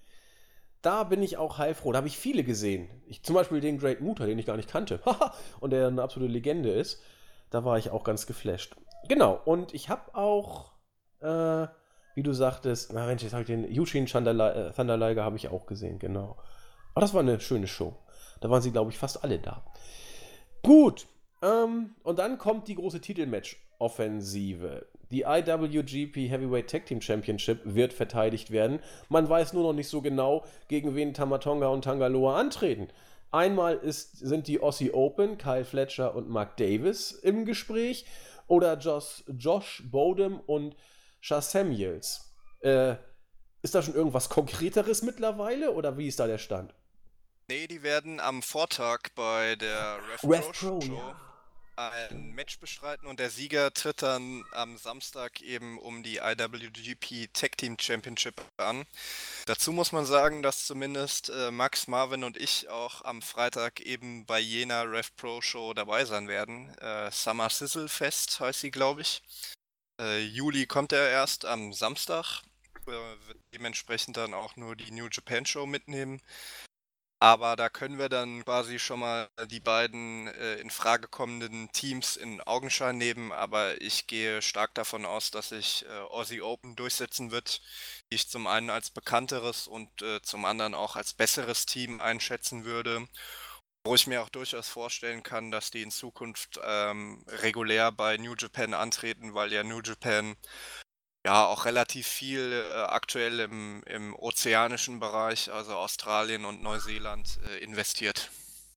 Da bin ich auch heilfroh. Da habe ich viele gesehen. Zum Beispiel den Great Muta, den ich gar nicht kannte. Und der eine absolute Legende ist. Da war ich auch ganz geflasht. Genau. Und ich habe auch, wie du sagtest, na Mensch, jetzt habe ich den Yushin Thunder Liger habe ich auch gesehen. Genau. Aber das war eine schöne Show. Da waren sie, glaube ich, fast alle da. Gut. Und dann kommt die große Titelmatch-Offensive. Die IWGP Heavyweight Tag Team Championship wird verteidigt werden. Man weiß nur noch nicht so genau, gegen wen Tamatonga und Tangaloa antreten. Einmal sind die Aussie Open, Kyle Fletcher und Mark Davis im Gespräch. Oder Josh Bodem und Chas Samuels. Ist da schon irgendwas Konkreteres mittlerweile? Oder wie ist da der Stand? Nee, die werden am Vortag bei der Rev Pro Pro, Show ja. ein Match bestreiten und der Sieger tritt dann am Samstag eben um die IWGP Tag Team Championship an. Dazu muss man sagen, dass zumindest Max, Marvin und ich auch am Freitag eben bei jener Rev Pro Show dabei sein werden. Summer Sizzle Fest heißt sie, glaube ich. Juli kommt er erst am Samstag. Wird dementsprechend dann auch nur die New Japan Show mitnehmen. Aber da können wir dann quasi schon mal die beiden in Frage kommenden Teams in Augenschein nehmen. Aber ich gehe stark davon aus, dass sich Aussie Open durchsetzen wird, die ich zum einen als bekannteres und zum anderen auch als besseres Team einschätzen würde. Wo ich mir auch durchaus vorstellen kann, dass die in Zukunft regulär bei New Japan antreten, weil ja New Japan ja auch relativ viel aktuell im ozeanischen Bereich, also Australien und Neuseeland, investiert.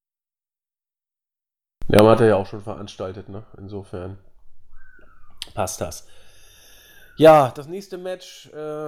Ja, man hat ja auch schon veranstaltet, ne? Insofern passt das. Ja, das nächste Match,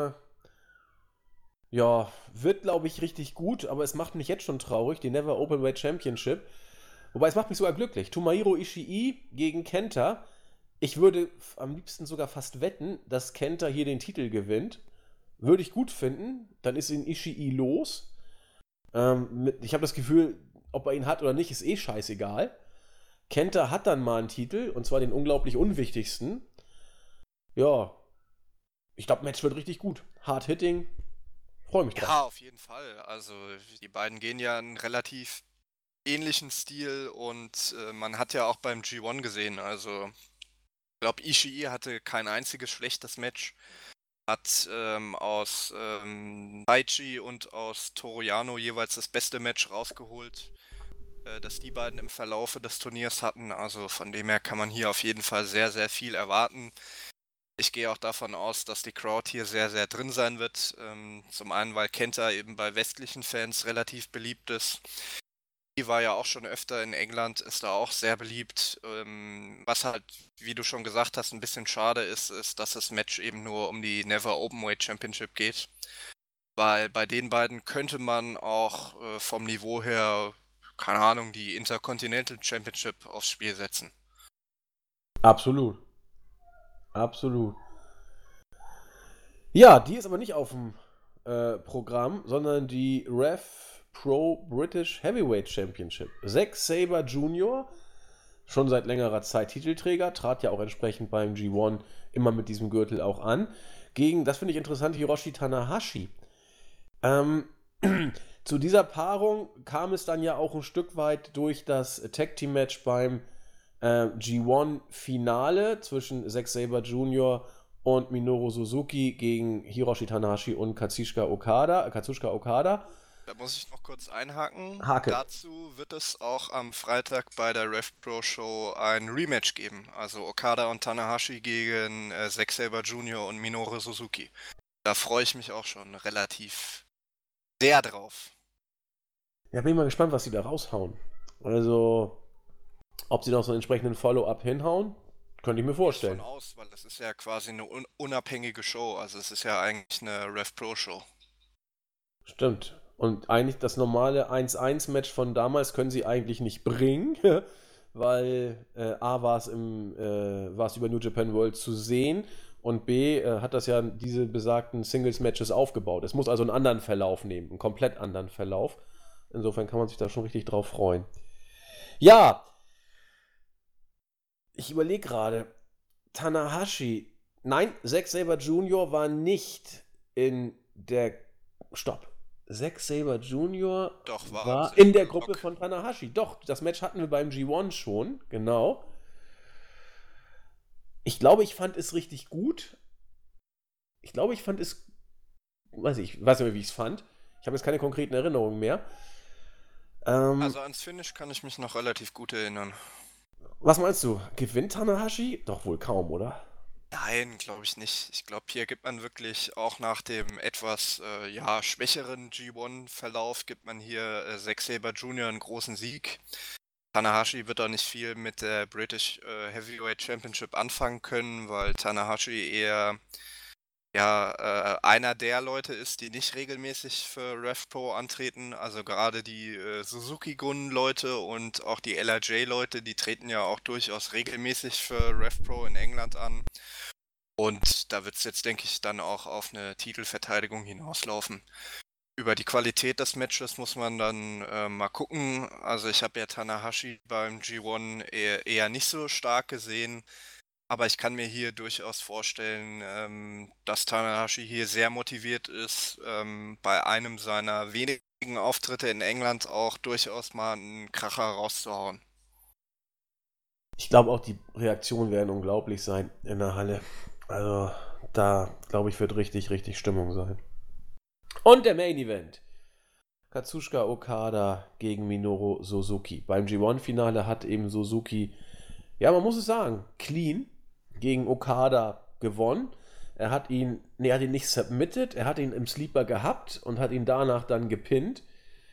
ja, wird, glaube ich, richtig gut, aber es macht mich jetzt schon traurig, die Never Openweight Championship. Wobei, es macht mich sogar glücklich. Tomohiro Ishii gegen Kenta. Ich würde am liebsten sogar fast wetten, dass Kenta hier den Titel gewinnt. Würde ich gut finden. Dann ist in Ishii los. Ich habe das Gefühl, ob er ihn hat oder nicht, ist eh scheißegal. Kenta hat dann mal einen Titel, und zwar den unglaublich unwichtigsten. Ja, ich glaube, Match wird richtig gut. Hard Hitting. Freue mich drauf. Ja, auf jeden Fall. Also die beiden gehen ja einen relativ ähnlichen Stil und man hat ja auch beim G1 gesehen, also ich glaube, Ishii hatte kein einziges schlechtes Match. Hat aus Taichi und aus Toru Yano jeweils das beste Match rausgeholt, das die beiden im Verlaufe des Turniers hatten. Also von dem her kann man hier auf jeden Fall sehr, sehr viel erwarten. Ich gehe auch davon aus, dass die Crowd hier sehr, sehr drin sein wird. Zum einen, weil Kenta eben bei westlichen Fans relativ beliebt ist. Die war ja auch schon öfter in England, ist da auch sehr beliebt. Was halt, wie du schon gesagt hast, ein bisschen schade ist, dass das Match eben nur um die Never Openweight Championship geht. Weil bei den beiden könnte man auch vom Niveau her, keine Ahnung, die Intercontinental Championship aufs Spiel setzen. Absolut. Absolut. Ja, die ist aber nicht auf dem Programm, sondern die Rev Pro British Heavyweight Championship. Zack Sabre Jr. schon seit längerer Zeit Titelträger, trat ja auch entsprechend beim G1 immer mit diesem Gürtel auch an. Gegen, das finde ich interessant, Hiroshi Tanahashi. Ähm, zu dieser Paarung kam es dann ja auch ein Stück weit durch das Tag-Team-Match beim G1-Finale zwischen Zack Sabre Jr. und Minoru Suzuki gegen Hiroshi Tanahashi und Katsushika Okada. Da muss ich noch kurz einhaken. Hake. Dazu wird es auch am Freitag bei der RevPro Show ein Rematch geben. Also Okada und Tanahashi gegen Zack Sabre Jr. und Minoru Suzuki. Da freue ich mich auch schon relativ sehr drauf. Ja, bin ich mal gespannt, was sie da raushauen. Also, ob sie noch so einen entsprechenden Follow-up hinhauen, könnte ich mir vorstellen. Davon aus, weil das ist ja quasi eine unabhängige Show. Also es ist ja eigentlich eine RevPro Show. Stimmt. Und eigentlich das normale 1-1-Match von damals können sie eigentlich nicht bringen, weil A war es über New Japan World zu sehen und B hat das ja diese besagten Singles-Matches aufgebaut. Es muss also einen anderen Verlauf nehmen, einen komplett anderen Verlauf. Insofern kann man sich da schon richtig drauf freuen. Ja, ich überlege gerade, Tanahashi, nein, Zack Sabre Jr. war nicht in der, stopp, Zack Sabre Jr. Doch, war in der Gruppe von Tanahashi. Doch, das Match hatten wir beim G1 schon, genau. Ich glaube, ich fand es richtig gut. Ich glaube, ich fand es, weiß nicht mehr, wie ich es fand. Ich habe jetzt keine konkreten Erinnerungen mehr. Also ans Finish kann ich mich noch relativ gut erinnern. Was meinst du? Gewinnt Tanahashi? Doch wohl kaum, oder? Nein, glaube ich nicht. Ich glaube, hier gibt man wirklich auch nach dem etwas schwächeren G1-Verlauf gibt man hier Zack Sabre Jr. einen großen Sieg. Tanahashi wird auch nicht viel mit der British Heavyweight Championship anfangen können, weil Tanahashi eher einer der Leute ist, die nicht regelmäßig für RevPro antreten. Also gerade die Suzuki-Gun-Leute und auch die LRJ-Leute, die treten ja auch durchaus regelmäßig für RevPro in England an. Und da wird es jetzt, denke ich, dann auch auf eine Titelverteidigung hinauslaufen. Über die Qualität des Matches muss man dann mal gucken. Also ich habe ja Tanahashi beim G1 eher nicht so stark gesehen. Aber ich kann mir hier durchaus vorstellen, dass Tanahashi hier sehr motiviert ist, bei einem seiner wenigen Auftritte in England auch durchaus mal einen Kracher rauszuhauen. Ich glaube auch, die Reaktionen werden unglaublich sein in der Halle. Also da, glaube ich, wird richtig, richtig Stimmung sein. Und der Main Event. Katsushika Okada gegen Minoru Suzuki. Beim G1-Finale hat eben Suzuki, ja, man muss es sagen, clean gegen Okada gewonnen. Er hat ihn nicht submitted, er hat ihn im Sleeper gehabt und hat ihn danach dann gepinnt.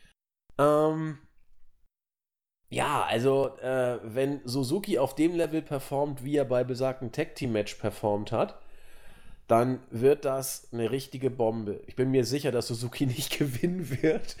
Ja, also wenn Suzuki auf dem Level performt, wie er bei besagten Tag-Team-Match performt hat, dann wird das eine richtige Bombe. Ich bin mir sicher, dass Suzuki nicht gewinnen wird.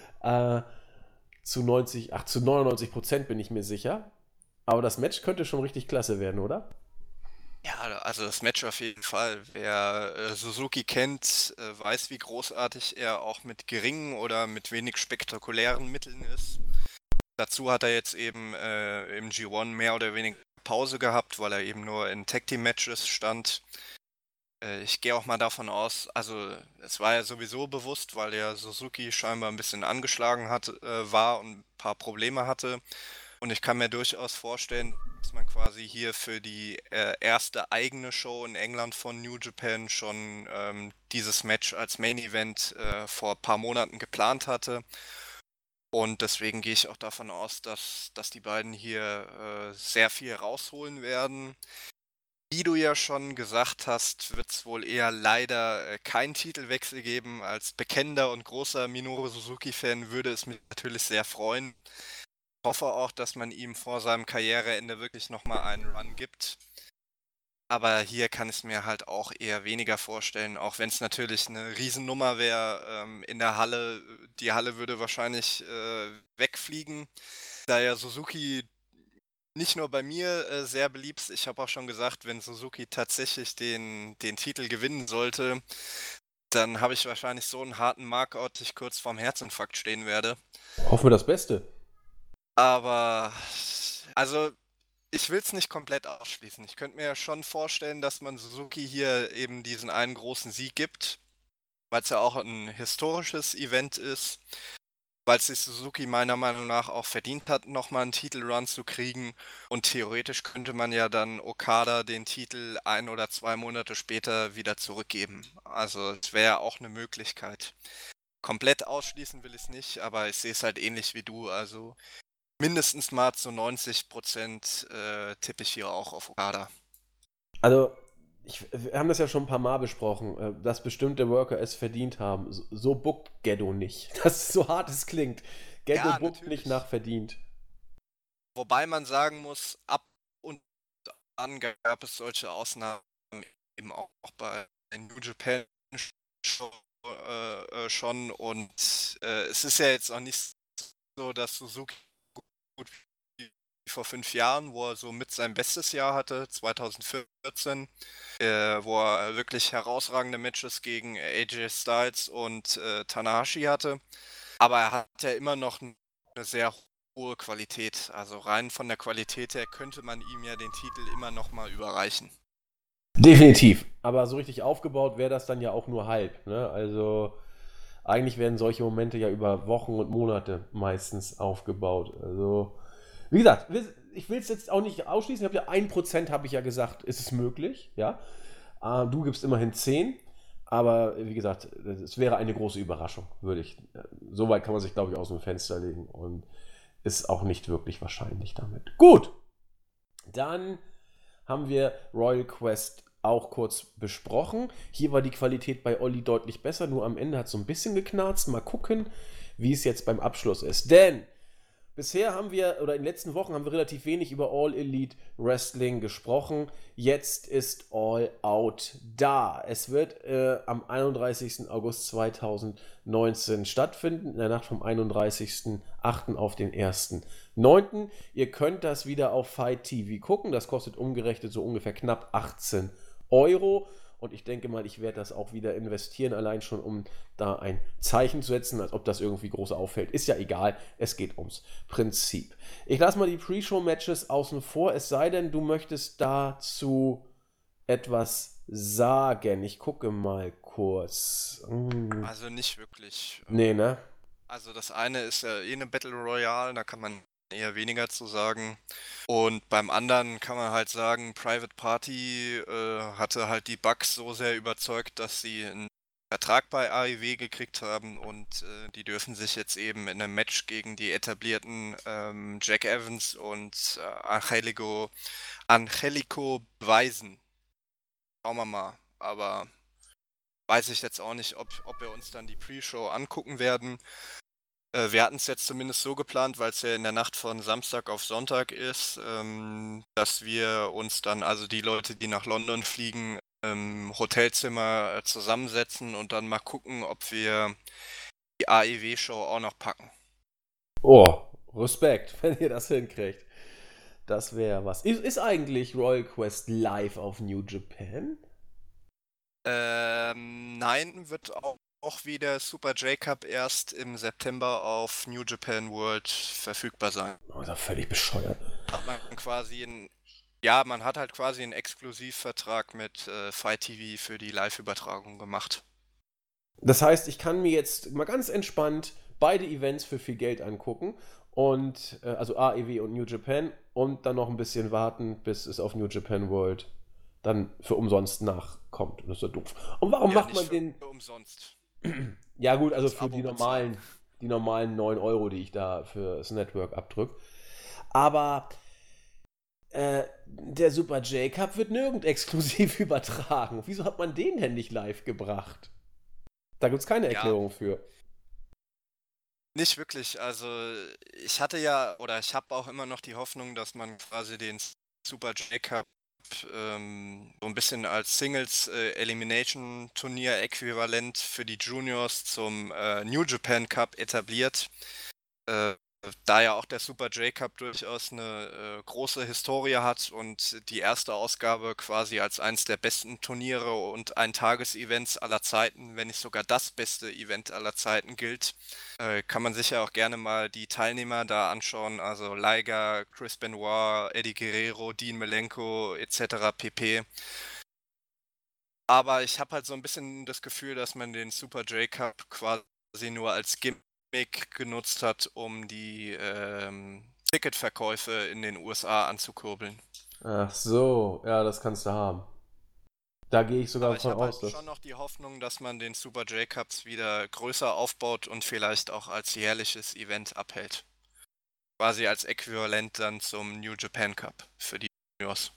Zu 99% bin ich mir sicher. Aber das Match könnte schon richtig klasse werden, oder? Ja, also das Match auf jeden Fall. Wer Suzuki kennt, weiß, wie großartig er auch mit geringen oder mit wenig spektakulären Mitteln ist. Dazu hat er jetzt eben im G1 mehr oder weniger Pause gehabt, weil er eben nur in Tag-Team-Matches stand. Ich gehe auch mal davon aus, also es war ja sowieso bewusst, weil ja Suzuki scheinbar ein bisschen angeschlagen war und ein paar Probleme hatte. Und ich kann mir durchaus vorstellen, dass man quasi hier für die erste eigene Show in England von New Japan schon dieses Match als Main Event vor ein paar Monaten geplant hatte. Und deswegen gehe ich auch davon aus, dass die beiden hier sehr viel rausholen werden. Wie du ja schon gesagt hast, wird es wohl eher leider keinen Titelwechsel geben. Als bekennender und großer Minoru Suzuki-Fan würde es mich natürlich sehr freuen. Ich hoffe auch, dass man ihm vor seinem Karriereende wirklich nochmal einen Run gibt. Aber hier kann ich es mir halt auch eher weniger vorstellen, auch wenn es natürlich eine Riesennummer wäre in der Halle. Die Halle würde wahrscheinlich wegfliegen. Da ja Suzuki nicht nur bei mir sehr beliebt ist, ich habe auch schon gesagt, wenn Suzuki tatsächlich den Titel gewinnen sollte, dann habe ich wahrscheinlich so einen harten Markout, dass ich kurz vorm Herzinfarkt stehen werde. Hoffen wir das Beste. Aber, also, Ich will es nicht komplett ausschließen. Ich könnte mir ja schon vorstellen, dass man Suzuki hier eben diesen einen großen Sieg gibt, weil es ja auch ein historisches Event ist, weil sich Suzuki meiner Meinung nach auch verdient hat, nochmal einen Titelrun zu kriegen. Und theoretisch könnte man ja dann Okada den Titel 1 oder 2 Monate später wieder zurückgeben. Also es wäre ja auch eine Möglichkeit. Komplett ausschließen will ich es nicht, aber ich sehe es halt ähnlich wie du. Also mindestens mal zu 90% tippe ich hier auch auf Okada. Also, wir haben das ja schon ein paar Mal besprochen, dass bestimmte Worker es verdient haben. So bookt Gedo nicht. Das ist so hart es klingt. Gedo Ja, bookt nicht nach natürlich. verdient. Wobei man sagen muss, ab und an gab es solche Ausnahmen eben auch bei New Japan schon und es ist ja jetzt auch nicht so, dass Suzuki gut wie vor 5 Jahren, wo er so mit sein bestes Jahr hatte, 2014, wo er wirklich herausragende Matches gegen AJ Styles und Tanahashi hatte. Aber er hat ja immer noch eine sehr hohe Qualität. Also rein von der Qualität her könnte man ihm ja den Titel immer noch mal überreichen. Definitiv. Aber so richtig aufgebaut wäre das dann ja auch nur halb. Ne? Also eigentlich werden solche Momente ja über Wochen und Monate meistens aufgebaut. Also, wie gesagt, ich will es jetzt auch nicht ausschließen. Ich habe ja 1% habe ich ja gesagt, ist es möglich. Ja? Du gibst immerhin 10. Aber wie gesagt, es wäre eine große Überraschung, würde ich. So weit kann man sich, glaube ich, aus dem Fenster legen und ist auch nicht wirklich wahrscheinlich damit. Gut, dann haben wir Royal Quest auch kurz besprochen. Hier war die Qualität bei Olli deutlich besser, nur am Ende hat es so ein bisschen geknarzt. Mal gucken, wie es jetzt beim Abschluss ist. Denn bisher haben wir, oder in den letzten Wochen haben wir relativ wenig über All Elite Wrestling gesprochen. Jetzt ist All Out da. Es wird am 31. August 2019 stattfinden, in der Nacht vom 31.08. auf den 1.9. Ihr könnt das wieder auf Fight TV gucken. Das kostet umgerechnet so ungefähr knapp 18 Euro. Und ich denke mal, ich werde das auch wieder investieren, allein schon um da ein Zeichen zu setzen, als ob das irgendwie groß auffällt. Ist ja egal, es geht ums Prinzip. Ich lasse mal die Pre-Show-Matches außen vor, es sei denn, du möchtest dazu etwas sagen. Ich gucke mal kurz. Also nicht wirklich. Nee, ne? Also das eine ist ja eh eine Battle Royale, da kann man eher weniger zu sagen. Und beim anderen kann man halt sagen, Private Party hatte halt die Bucks so sehr überzeugt, dass sie einen Vertrag bei AEW gekriegt haben und die dürfen sich jetzt eben in einem Match gegen die etablierten Jack Evans und Angelico beweisen. Schauen wir mal. Aber weiß ich jetzt auch nicht, ob wir uns dann die Pre-Show angucken werden. Wir hatten es jetzt zumindest so geplant, weil es ja in der Nacht von Samstag auf Sonntag ist, dass wir uns dann, also die Leute, die nach London fliegen, im Hotelzimmer zusammensetzen und dann mal gucken, ob wir die AEW-Show auch noch packen. Oh, Respekt, wenn ihr das hinkriegt. Das wäre was. Ist eigentlich Royal Quest live auf New Japan? Nein, wird auch wieder Super J-Cup erst im September auf New Japan World verfügbar sein. Oh, ist ja völlig bescheuert. Hat man quasi ja, man hat halt quasi einen Exklusivvertrag mit Fight TV für die Live-Übertragung gemacht. Das heißt, ich kann mir jetzt mal ganz entspannt beide Events für viel Geld angucken und also AEW und New Japan und dann noch ein bisschen warten, bis es auf New Japan World dann für umsonst nachkommt. Das ist ja doof. Und warum Ja, macht nicht man den? für umsonst. Ja gut, also Das für Abo bezahlen. die normalen 9 Euro, die ich da für das Network abdrücke. Aber der Super J-Cup wird nirgend exklusiv übertragen. Wieso hat man den denn nicht live gebracht? Da gibt es keine Ja, Erklärung für. nicht wirklich. Also ich hatte ja, oder ich habe auch immer noch die Hoffnung, dass man quasi den Super J-Cup so ein bisschen als Singles Elimination Turnier äquivalent für die Juniors zum New Japan Cup etabliert. Da ja auch der Super J-Cup durchaus eine große Historie hat und die erste Ausgabe quasi als eines der besten Turniere und Eintages-Events aller Zeiten, wenn nicht sogar das beste Event aller Zeiten gilt, kann man sich ja auch gerne mal die Teilnehmer da anschauen, also Liger, Chris Benoit, Eddie Guerrero, Dean Malenko et cetera pp. Aber ich habe halt so ein bisschen das Gefühl, dass man den Super J-Cup quasi nur als Gimmick genutzt hat, um die, Ticketverkäufe in den USA anzukurbeln. Ach so, ja, das kannst du haben. Da gehe ich sogar Aber ich von habe aus, halt schon dass. noch die Hoffnung, dass man den Super J-Cups wieder größer aufbaut und vielleicht auch als jährliches Event abhält. Quasi als Äquivalent dann zum New Japan Cup für die Juniors.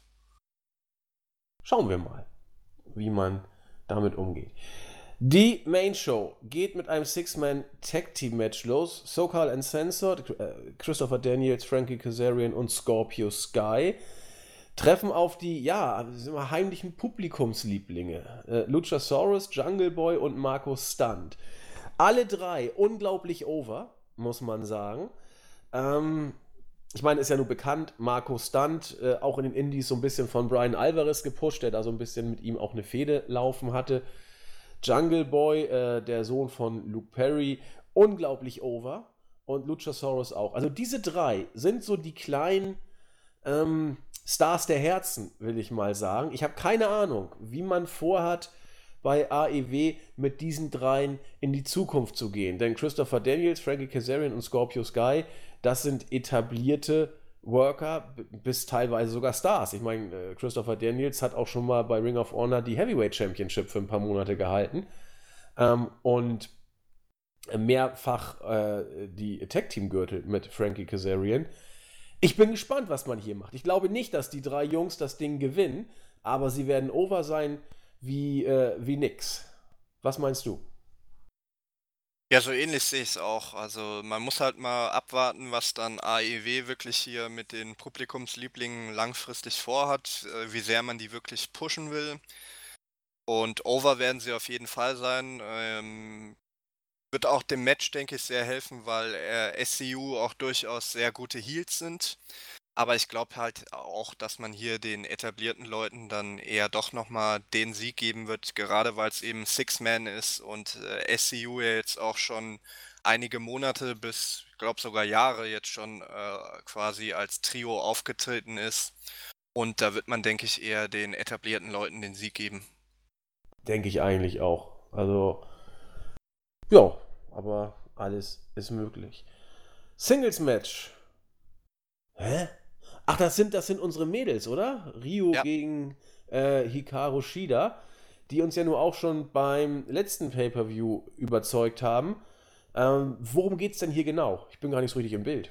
Schauen wir mal, wie man damit umgeht. Die Main Show geht mit einem Six-Man-Tag-Team-Match los. SoCal Uncensored, Christopher Daniels, Frankie Kazarian und Scorpio Sky treffen auf die, ja, heimlichen Publikumslieblinge. Luchasaurus, Jungle Boy und Marco Stunt. Alle drei unglaublich over, muss man sagen. Ähm, Ich meine, ist ja nur bekannt, Marco Stunt, auch in den Indies so ein bisschen von Brian Alvarez gepusht, der da so ein bisschen mit ihm auch eine Fehde laufen hatte. Jungle Boy, der Sohn von Luke Perry, unglaublich over. Und Luchasaurus auch. Also diese drei sind so die kleinen Stars der Herzen, will ich mal sagen. Ich habe keine Ahnung, wie man vorhat, bei AEW mit diesen dreien in die Zukunft zu gehen. Denn Christopher Daniels, Frankie Kazarian und Scorpio Sky, das sind etablierte Worker, bis teilweise sogar Stars. Ich meine, Christopher Daniels hat auch schon mal bei Ring of Honor die Heavyweight Championship für ein paar Monate gehalten. Und mehrfach die Tag-Team-Gürtel mit Frankie Kazarian. Ich bin gespannt, was man hier macht. Ich glaube nicht, dass die drei Jungs das Ding gewinnen, aber sie werden over sein wie nix. Was meinst du? Ja, so ähnlich sehe ich es auch. Also, man muss halt mal abwarten, was dann AEW wirklich hier mit den Publikumslieblingen langfristig vorhat, wie sehr man die wirklich pushen will. Und over werden sie auf jeden Fall sein. Wird auch dem Match, denke ich, sehr helfen, weil SCU auch durchaus sehr gute Heels sind. Aber ich glaube halt auch, dass man hier den etablierten Leuten dann eher doch nochmal den Sieg geben wird, gerade weil es eben Six-Man ist und SCU ja jetzt auch schon einige Monate bis, ich glaube sogar Jahre jetzt schon quasi als Trio aufgetreten ist. Und da wird man, denke ich, eher den etablierten Leuten den Sieg geben. Denke ich eigentlich auch. Also, ja, aber alles ist möglich. Singles-Match. Hä? Ach, das sind unsere Mädels, oder? Rio Ja, gegen Hikaru Shida, die uns ja nur auch schon beim letzten Pay-Per-View überzeugt haben. Worum geht's denn hier genau? Ich bin gar nicht so richtig im Bild.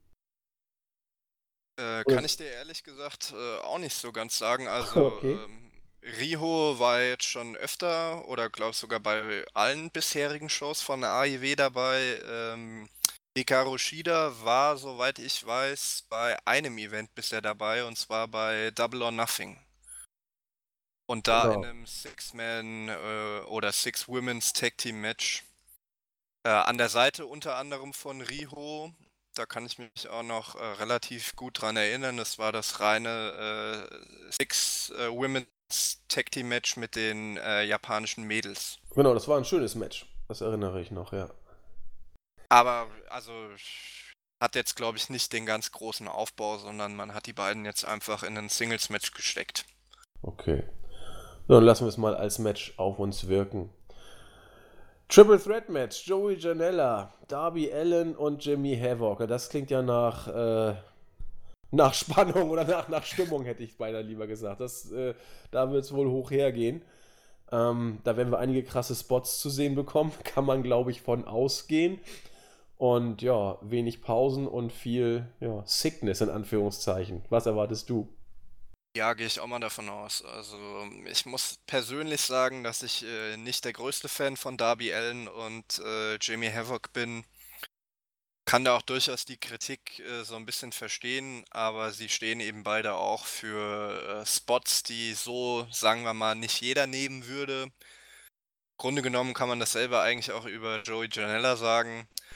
Oder kann ich dir ehrlich gesagt auch nicht so ganz sagen. Also okay. Riho war jetzt schon öfter oder glaube sogar bei allen bisherigen Shows von der AIW dabei. Hikaru Shida war, soweit ich weiß, bei einem Event bisher dabei und zwar bei Double or Nothing. Und da in Genau. einem Six-Man oder Six-Women's Tag Team Match. An der Seite unter anderem von Riho, da kann ich mich auch noch relativ gut dran erinnern. Das war das reine Six Women's Tag Team Match mit den japanischen Mädels. Genau, das war ein schönes Match. Das erinnere ich noch, ja. Aber also hat jetzt, glaube ich, nicht den ganz großen Aufbau, sondern man hat die beiden jetzt einfach in ein Singles-Match gesteckt. Okay. So, dann lassen wir es mal als Match auf uns wirken. Triple Threat Match, Joey Janela, Darby Allin und Jimmy Havoc. Das klingt ja nach Spannung oder nach Stimmung, hätte ich beinahe lieber gesagt. Da wird es wohl hoch hergehen. Da werden wir einige krasse Spots zu sehen bekommen, kann man, glaube ich, von ausgehen. Und ja, wenig Pausen und viel Sickness in Anführungszeichen. Was erwartest du? Ja, gehe ich auch mal davon aus. Also, ich muss persönlich sagen, dass ich nicht der größte Fan von Darby Allin und Jimmy Havoc bin. Kann da auch durchaus die Kritik so ein bisschen verstehen, aber sie stehen eben beide auch für Spots, die so, sagen wir mal, nicht jeder nehmen würde. Im Grunde genommen kann man dasselbe eigentlich auch über Joey Janela sagen.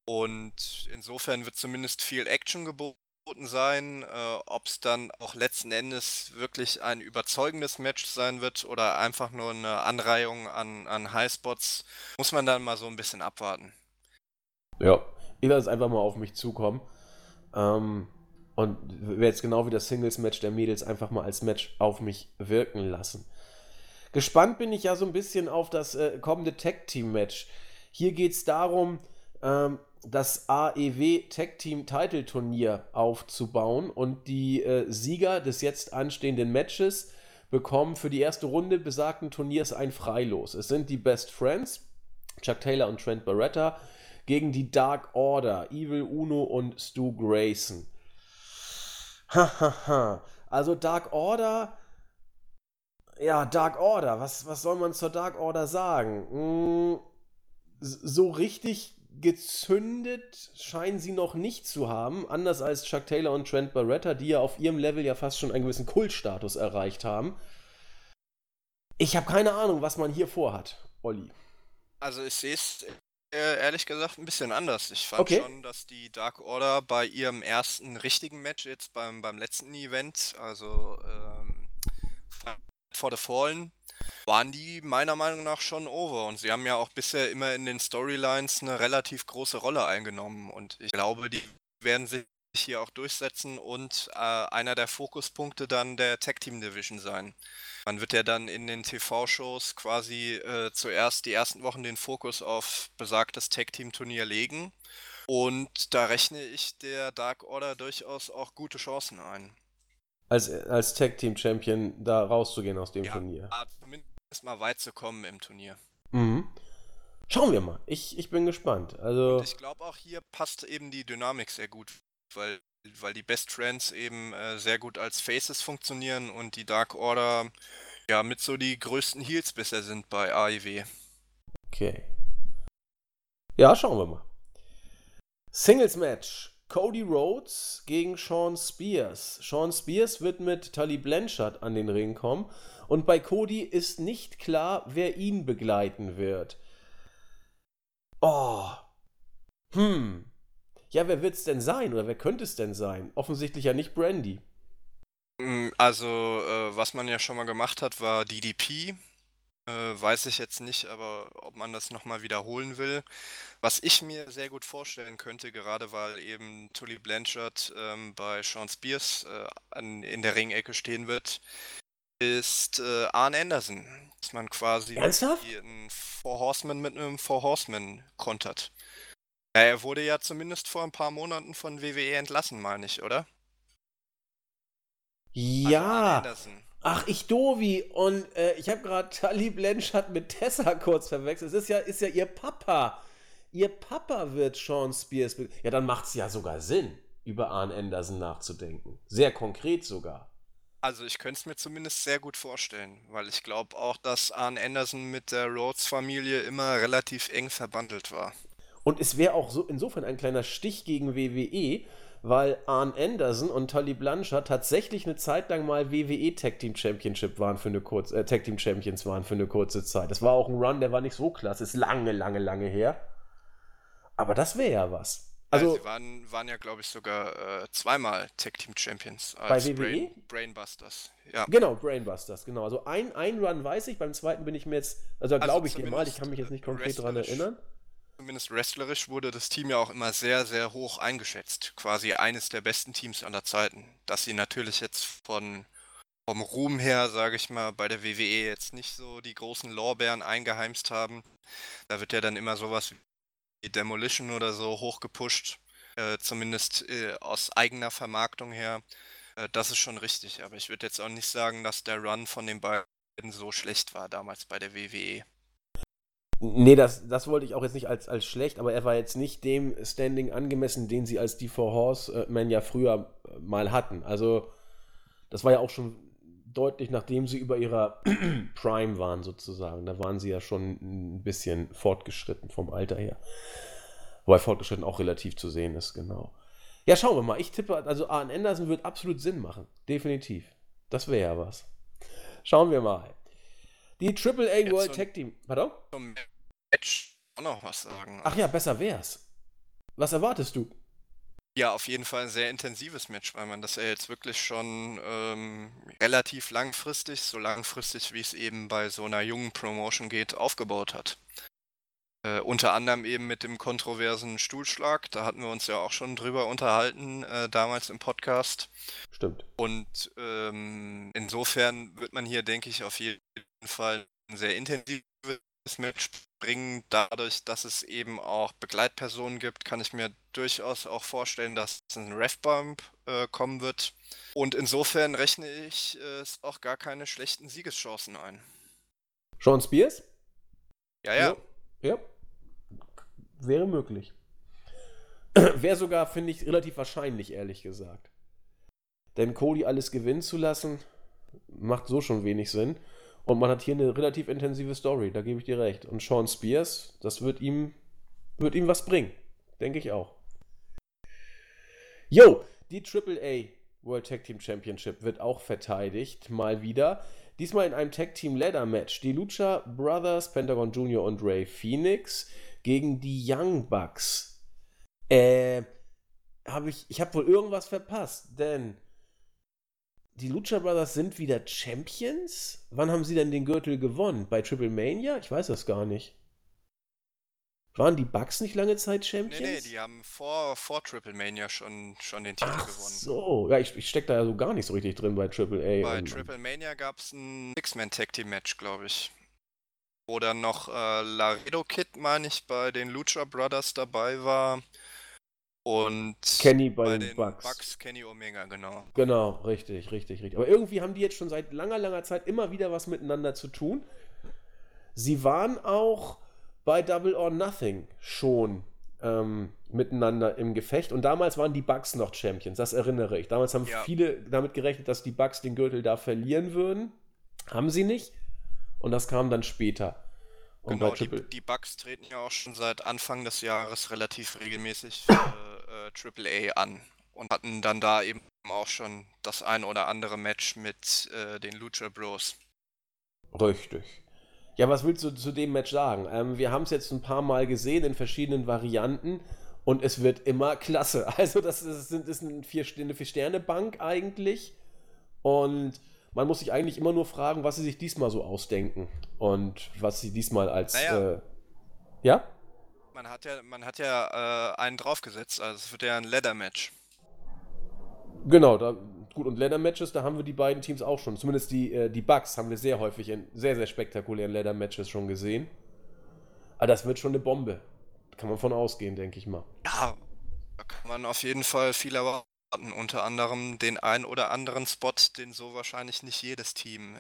Und insofern wird zumindest viel Action geboten sein. Ob es dann auch letzten Endes wirklich ein überzeugendes Match sein wird oder einfach nur eine Anreihung an Highspots, muss man dann mal so ein bisschen abwarten. Ja, ich lasse es einfach mal auf mich zukommen. Und werde jetzt genau wie das Singles-Match der Mädels einfach mal als Match auf mich wirken lassen. Gespannt bin ich ja so ein bisschen auf das kommende Tag-Team-Match. Hier geht es darum, das AEW Tag-Team-Title-Turnier aufzubauen und die Sieger des jetzt anstehenden Matches bekommen für die erste Runde besagten Turniers ein Freilos. Es sind die Best Friends, Chuck Taylor und Trent Barretta, gegen die Dark Order, Evil Uno und Stu Grayson. Hahaha. Also Dark Order. Ja, Dark Order. Was soll man zur Dark Order sagen? So richtig gezündet scheinen sie noch nicht zu haben. Anders als Chuck Taylor und Trent Barretta, die ja auf ihrem Level ja fast schon einen gewissen Kultstatus erreicht haben. Ich habe keine Ahnung, was man hier vorhat, Olli. Also ich sehe es ehrlich gesagt ein bisschen anders. Ich fand Okay. schon, dass die Dark Order bei ihrem ersten richtigen Match jetzt beim letzten Event, also For the Fallen, waren die meiner Meinung nach schon over. Und sie haben ja auch bisher immer in den Storylines eine relativ große Rolle eingenommen. Und ich glaube, die werden sich hier auch durchsetzen und einer der Fokuspunkte dann der Tag Team Division sein. Man wird ja dann in den TV-Shows quasi zuerst die ersten Wochen den Fokus auf besagtes Tag-Team-Turnier legen. Und da rechne ich der Dark Order durchaus auch gute Chancen ein. Als Tag-Team-Champion da rauszugehen aus dem Turnier. Ja, zumindest mal weit zu kommen im Turnier. Mhm. Schauen wir mal. Ich bin gespannt. Also, Und ich glaube auch hier passt eben die Dynamik sehr gut, weil die Best Friends eben sehr gut als Faces funktionieren und die Dark Order ja mit so die größten Heels bisher sind bei AEW. okay. Ja, schauen wir mal. Singles-Match. Cody Rhodes gegen Shawn Spears. Shawn Spears wird mit Tully Blanchard an den Ring kommen und bei Cody ist nicht klar, wer ihn begleiten wird. Oh. Ja, wer wird's denn sein oder wer könnte es denn sein? Offensichtlich ja nicht Brandy. Also, was man ja schon mal gemacht hat, war DDP. Weiß ich jetzt nicht, aber ob man das nochmal wiederholen will. Was ich mir sehr gut vorstellen könnte, gerade weil eben Tully Blanchard bei Shawn Spears in der Ringecke stehen wird, ist Arn Anderson. Dass man quasi Ernsthaft? einen Four Horseman mit einem Four Horseman kontert. Ja, er wurde ja zumindest vor ein paar Monaten von WWE entlassen, meine ich, oder? Also Arn Ja. Anderson. Ach, ich Dovi. Und ich habe gerade Tully Blanchard mit Tessa kurz verwechselt. Es ist ja ihr Papa. Ihr Papa wird Shawn Spears. Ja, dann macht es ja sogar Sinn, über Arn Anderson nachzudenken. Sehr konkret sogar. Also ich könnte es mir zumindest sehr gut vorstellen, weil ich glaube auch, dass Arn Anderson mit der Rhodes-Familie immer relativ eng verbandelt war. Und es wäre auch so insofern ein kleiner Stich gegen WWE, weil Arn Anderson und Tully Blanchard tatsächlich eine Zeit lang mal WWE Tag Team Championship waren für eine kurze Tag Team Champions waren für eine kurze Zeit. Das war auch ein Run, der war nicht so klasse, ist lange her. Aber das wäre ja was. Also Sie waren ja, glaube ich, sogar zweimal Tag Team Champions bei als WWE? Brainbusters. Ja. Genau, Brainbusters, genau. Also ein Run weiß ich, beim zweiten bin ich mir jetzt, also da glaube ich dir mal, ich zumindest, kann mich jetzt nicht konkret daran erinnern. Zumindest wrestlerisch wurde das Team ja auch immer sehr, sehr hoch eingeschätzt. Quasi eines der besten Teams aller Zeiten. Dass sie natürlich jetzt vom Ruhm her, sage ich mal, bei der WWE jetzt nicht so die großen Lorbeeren eingeheimst haben. Da wird ja dann immer sowas wie Demolition oder so hochgepusht. Zumindest aus eigener Vermarktung her. Das ist schon richtig. Aber ich würde jetzt auch nicht sagen, dass der Run von den beiden so schlecht war damals bei der WWE. Nee, das wollte ich auch jetzt nicht als schlecht, aber er war jetzt nicht dem Standing angemessen, den sie als die Four Horsemen ja früher mal hatten. Also, das war ja auch schon deutlich, nachdem sie über ihrer Prime waren, sozusagen. Da waren sie ja schon ein bisschen fortgeschritten vom Alter her. Wobei fortgeschritten auch relativ zu sehen ist, genau. Ja, schauen wir mal. Ich tippe, also Arn Anderson wird absolut Sinn machen. Definitiv. Das wäre ja was. Schauen wir mal. Die AAA World Tag Team. Pardon? Zum Match auch noch was sagen. Ach ja, besser wär's. Was erwartest du? Ja, auf jeden Fall ein sehr intensives Match, weil man das ja jetzt wirklich schon relativ langfristig, so langfristig wie es eben bei so einer jungen Promotion geht, aufgebaut hat. Unter anderem eben mit dem kontroversen Stuhlschlag, da hatten wir uns ja auch schon drüber unterhalten, damals im Podcast. Stimmt. Und insofern wird man hier, denke ich, auf jeden Fall ein sehr intensives Match bringen. Dadurch, dass es eben auch Begleitpersonen gibt, kann ich mir durchaus auch vorstellen, dass ein Ref-Bump kommen wird. Und insofern rechne ich es auch gar keine schlechten Siegeschancen ein. Sean Spears? Ja. Ja. Wäre möglich. Wäre sogar, finde ich, relativ wahrscheinlich, ehrlich gesagt. Denn Cody alles gewinnen zu lassen, macht so schon wenig Sinn. Und man hat hier eine relativ intensive Story, da gebe ich dir recht. Und Sean Spears, das wird ihm was bringen. Denke ich auch. Jo, die AAA World Tag Team Championship wird auch verteidigt, mal wieder. Diesmal in einem Tag Team Ladder Match. Die Lucha Brothers, Pentagon Jr. und Ray Phoenix gegen die Young Bucks. Ich habe wohl irgendwas verpasst, denn die Lucha Brothers sind wieder Champions? Wann haben sie denn den Gürtel gewonnen? Bei Triple Mania? Ich weiß das gar nicht. Waren die Bucks nicht lange Zeit Champions? Nee, die haben vor Triple Mania schon den Titel gewonnen. So, ja, ich stecke da ja so gar nicht so richtig drin bei Triple A. Bei Triple Mania gab es ein Six-Man-Tag-Team-Match, glaube ich. Wo dann noch Laredo Kid, meine ich, bei den Lucha Brothers dabei war. Und Kenny bei den Bucks Kenny Omega, genau. Genau, richtig. Aber irgendwie haben die jetzt schon seit langer Zeit immer wieder was miteinander zu tun. Sie waren auch bei Double or Nothing schon miteinander im Gefecht. Und damals waren die Bucks noch Champions, das erinnere ich. Damals haben viele damit gerechnet, dass die Bucks den Gürtel da verlieren würden. Haben sie nicht. Und das kam dann später. Und genau, die Bucks treten ja auch schon seit Anfang des Jahres relativ regelmäßig für AAA an. Und hatten dann da eben auch schon das ein oder andere Match mit den Lucha Bros. Richtig. Ja, was willst du zu dem Match sagen? Wir haben es jetzt ein paar Mal gesehen in verschiedenen Varianten und es wird immer klasse. Also das ist eine 4-Sterne-Bank eigentlich und man muss sich eigentlich immer nur fragen, was sie sich diesmal so ausdenken und was sie diesmal als... ja? Man hat ja einen draufgesetzt, also es wird ja ein Ladder-Match. Genau, gut, und Ladder-Matches, da haben wir die beiden Teams auch schon. Zumindest die Bucks haben wir sehr häufig in sehr, sehr spektakulären Ladder-Matches schon gesehen. Aber das wird schon eine Bombe. Kann man von ausgehen, denke ich mal. Ja, da kann man auf jeden Fall viel erwarten. Unter anderem den ein oder anderen Spot, den so wahrscheinlich nicht jedes Team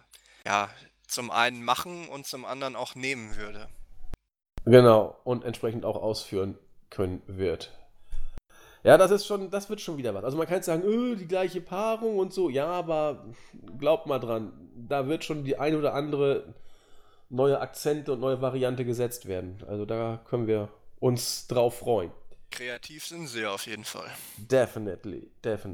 zum einen machen und zum anderen auch nehmen würde. Genau, und entsprechend auch ausführen können wird. Ja, das wird schon wieder was. Also man kann jetzt sagen, die gleiche Paarung und so. Ja, aber glaubt mal dran, da wird schon die eine oder andere neue Akzente und neue Variante gesetzt werden. Also da können wir uns drauf freuen. Kreativ sind sie auf jeden Fall. Definitely.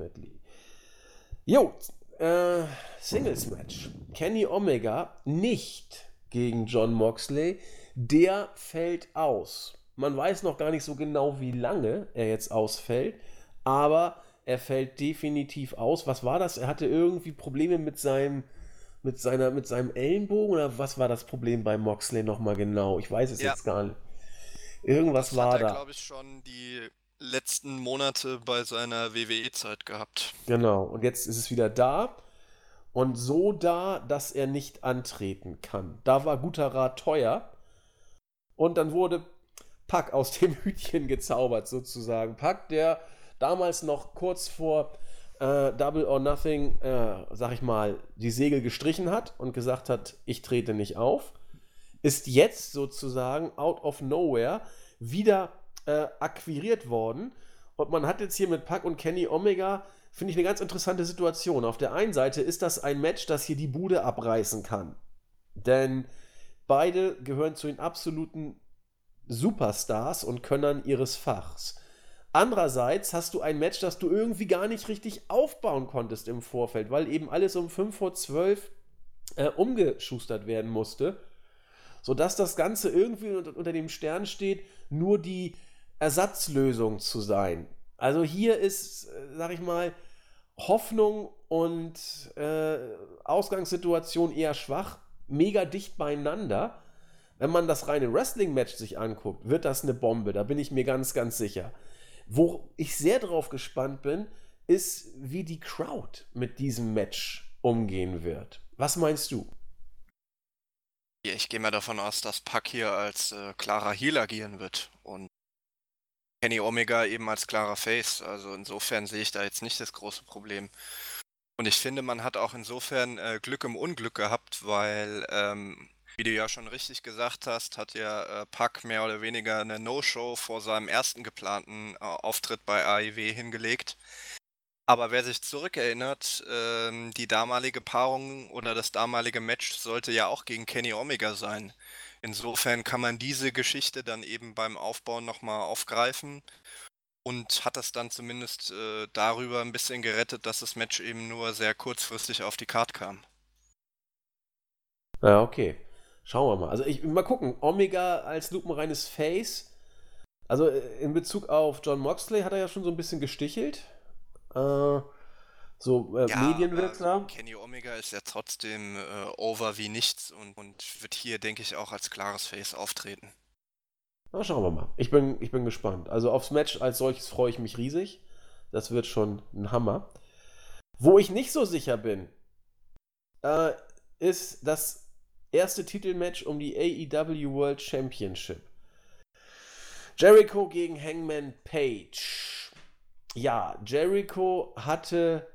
Jo, Singles-Match. Kenny Omega nicht gegen Jon Moxley. Der fällt aus. Man weiß noch gar nicht so genau, wie lange er jetzt ausfällt, aber er fällt definitiv aus. Was war das? Er hatte irgendwie Probleme mit seinem Ellenbogen oder was war das Problem bei Moxley nochmal genau? Ich weiß es jetzt gar nicht. Irgendwas war da. Das hat er, glaube ich, schon die letzten Monate bei seiner WWE-Zeit gehabt. Genau, und jetzt ist es wieder da und so da, dass er nicht antreten kann. Da war guter Rat teuer und dann wurde Pac aus dem Hütchen gezaubert sozusagen. Pac, der damals noch kurz vor Double or Nothing, sag ich mal, die Segel gestrichen hat und gesagt hat, ich trete nicht auf, ist jetzt sozusagen out of nowhere wieder akquiriert worden. Und man hat jetzt hier mit Pac und Kenny Omega, finde ich, eine ganz interessante Situation. Auf der einen Seite ist das ein Match, das hier die Bude abreißen kann. Denn beide gehören zu den absoluten Superstars und Könnern ihres Fachs. Andererseits hast du ein Match, das du irgendwie gar nicht richtig aufbauen konntest im Vorfeld, weil eben alles um 5 vor 12 umgeschustert werden musste, sodass das Ganze irgendwie unter dem Stern steht, nur die Ersatzlösung zu sein. Also hier ist, sag ich mal, Hoffnung und Ausgangssituation eher schwach, mega dicht beieinander. Wenn man das reine Wrestling-Match sich anguckt, wird das eine Bombe, da bin ich mir ganz, ganz sicher. Wo ich sehr drauf gespannt bin, ist, wie die Crowd mit diesem Match umgehen wird. Was meinst du? Ja, ich gehe mal davon aus, dass Pac hier als klarer Heel agieren wird und Kenny Omega eben als klarer Face. Also insofern sehe ich da jetzt nicht das große Problem. Und ich finde, man hat auch insofern Glück im Unglück gehabt, weil, wie du ja schon richtig gesagt hast, hat ja Pac mehr oder weniger eine No-Show vor seinem ersten geplanten Auftritt bei AEW hingelegt. Aber wer sich zurückerinnert, die damalige Paarung oder das damalige Match sollte ja auch gegen Kenny Omega sein. Insofern kann man diese Geschichte dann eben beim Aufbauen nochmal aufgreifen und hat das dann zumindest darüber ein bisschen gerettet, dass das Match eben nur sehr kurzfristig auf die Card kam. Ja, okay. Schauen wir mal. Also mal gucken. Omega als lupenreines Face. Also in Bezug auf John Moxley hat er ja schon so ein bisschen gestichelt. Ja, aber medienwirksam. Kenny Omega ist ja trotzdem over wie nichts und wird hier, denke ich, auch als klares Face auftreten. Na, schauen wir mal. Ich bin gespannt. Also aufs Match als solches freue ich mich riesig. Das wird schon ein Hammer. Wo ich nicht so sicher bin, äh, ist das erste Titelmatch um die AEW World Championship. Jericho gegen Hangman Page. Ja, Jericho hatte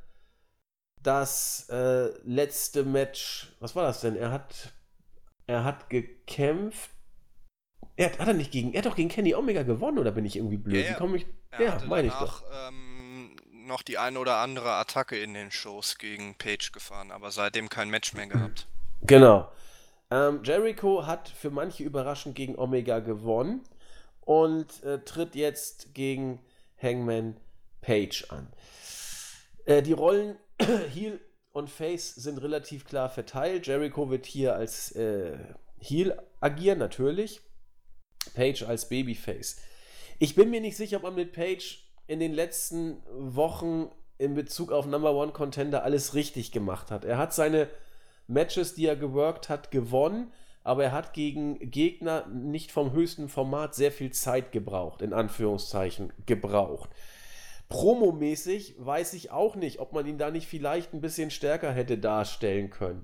das letzte Match. Was war das denn? Er hat gekämpft. Er hat doch gegen Kenny Omega gewonnen, oder bin ich irgendwie Ja, blöd? Wie ja. komme ich. Er Ja, hatte meine ich doch. danach noch die ein oder andere Attacke in den Shows gegen Page gefahren, aber seitdem kein Match mehr gehabt. Genau. Jericho hat für manche überraschend gegen Omega gewonnen und tritt jetzt gegen Hangman Page an. Die Rollen Heel und Face sind relativ klar verteilt. Jericho wird hier als Heel agieren, natürlich. Page als Babyface. Ich bin mir nicht sicher, ob man mit Page in den letzten Wochen in Bezug auf Number One Contender alles richtig gemacht hat. Er hat seine Matches, die er geworkt hat, gewonnen, aber er hat gegen Gegner nicht vom höchsten Format sehr viel Zeit gebraucht, in Anführungszeichen gebraucht. Promomäßig weiß ich auch nicht, ob man ihn da nicht vielleicht ein bisschen stärker hätte darstellen können.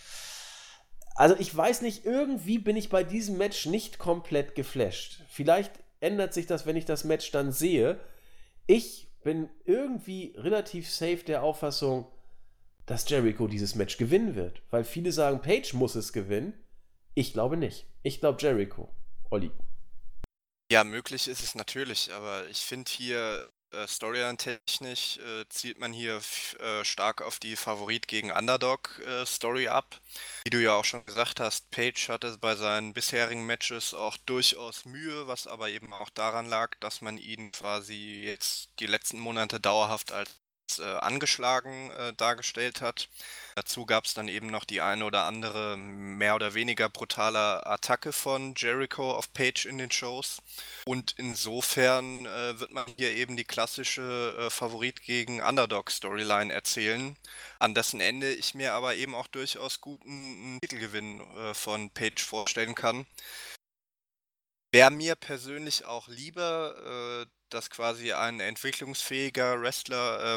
Also ich weiß nicht, irgendwie bin ich bei diesem Match nicht komplett geflasht. Vielleicht ändert sich das, wenn ich das Match dann sehe. Ich bin irgendwie relativ safe der Auffassung, dass Jericho dieses Match gewinnen wird. Weil viele sagen, Page muss es gewinnen. Ich glaube nicht. Ich glaube Jericho. Olli. Ja, möglich ist es natürlich, aber ich finde hier Storyline-technisch zielt man hier stark auf die Favorit gegen Underdog-Story ab. Wie du ja auch schon gesagt hast, Page hatte bei seinen bisherigen Matches auch durchaus Mühe, was aber eben auch daran lag, dass man ihn quasi jetzt die letzten Monate dauerhaft als angeschlagen dargestellt hat. Dazu gab es dann eben noch die eine oder andere mehr oder weniger brutale Attacke von Jericho auf Page in den Shows. Und insofern wird man hier eben die klassische Favorit gegen Underdog-Storyline erzählen, an dessen Ende ich mir aber eben auch durchaus guten Titelgewinn von Page vorstellen kann. Wäre mir persönlich auch lieber, dass quasi ein entwicklungsfähiger Wrestler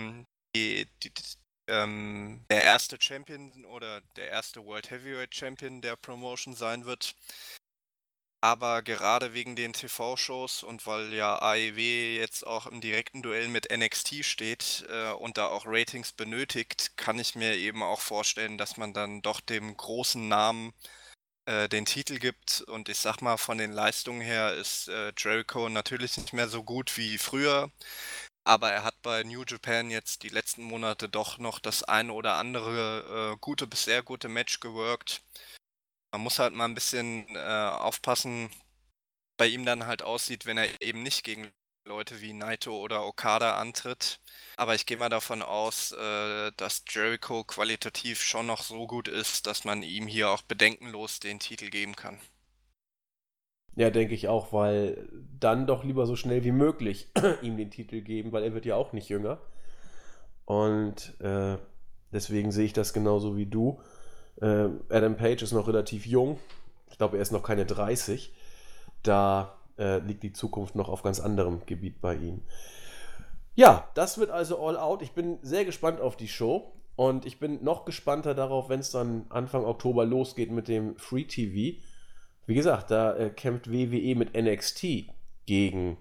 der erste Champion oder der erste World Heavyweight Champion der Promotion sein wird. Aber gerade wegen den TV-Shows und weil ja AEW jetzt auch im direkten Duell mit NXT steht und da auch Ratings benötigt, kann ich mir eben auch vorstellen, dass man dann doch dem großen Namen den Titel gibt. Und ich sag mal, von den Leistungen her ist Jericho natürlich nicht mehr so gut wie früher. Aber er hat bei New Japan jetzt die letzten Monate doch noch das eine oder andere gute bis sehr gute Match geworkt. Man muss halt mal ein bisschen aufpassen, bei ihm dann halt aussieht, wenn er eben nicht gegen Leute wie Naito oder Okada antritt. Aber ich gehe mal davon aus, dass Jericho qualitativ schon noch so gut ist, dass man ihm hier auch bedenkenlos den Titel geben kann. Ja, denke ich auch, weil dann doch lieber so schnell wie möglich ihm den Titel geben, weil er wird ja auch nicht jünger. Und deswegen sehe ich das genauso wie du. Adam Page ist noch relativ jung. Ich glaube, er ist noch keine 30. Da liegt die Zukunft noch auf ganz anderem Gebiet bei ihm. Ja, das wird also All Out. Ich bin sehr gespannt auf die Show. Und ich bin noch gespannter darauf, wenn es dann Anfang Oktober losgeht mit dem Free TV. Wie gesagt, da kämpft WWE mit NXT gegen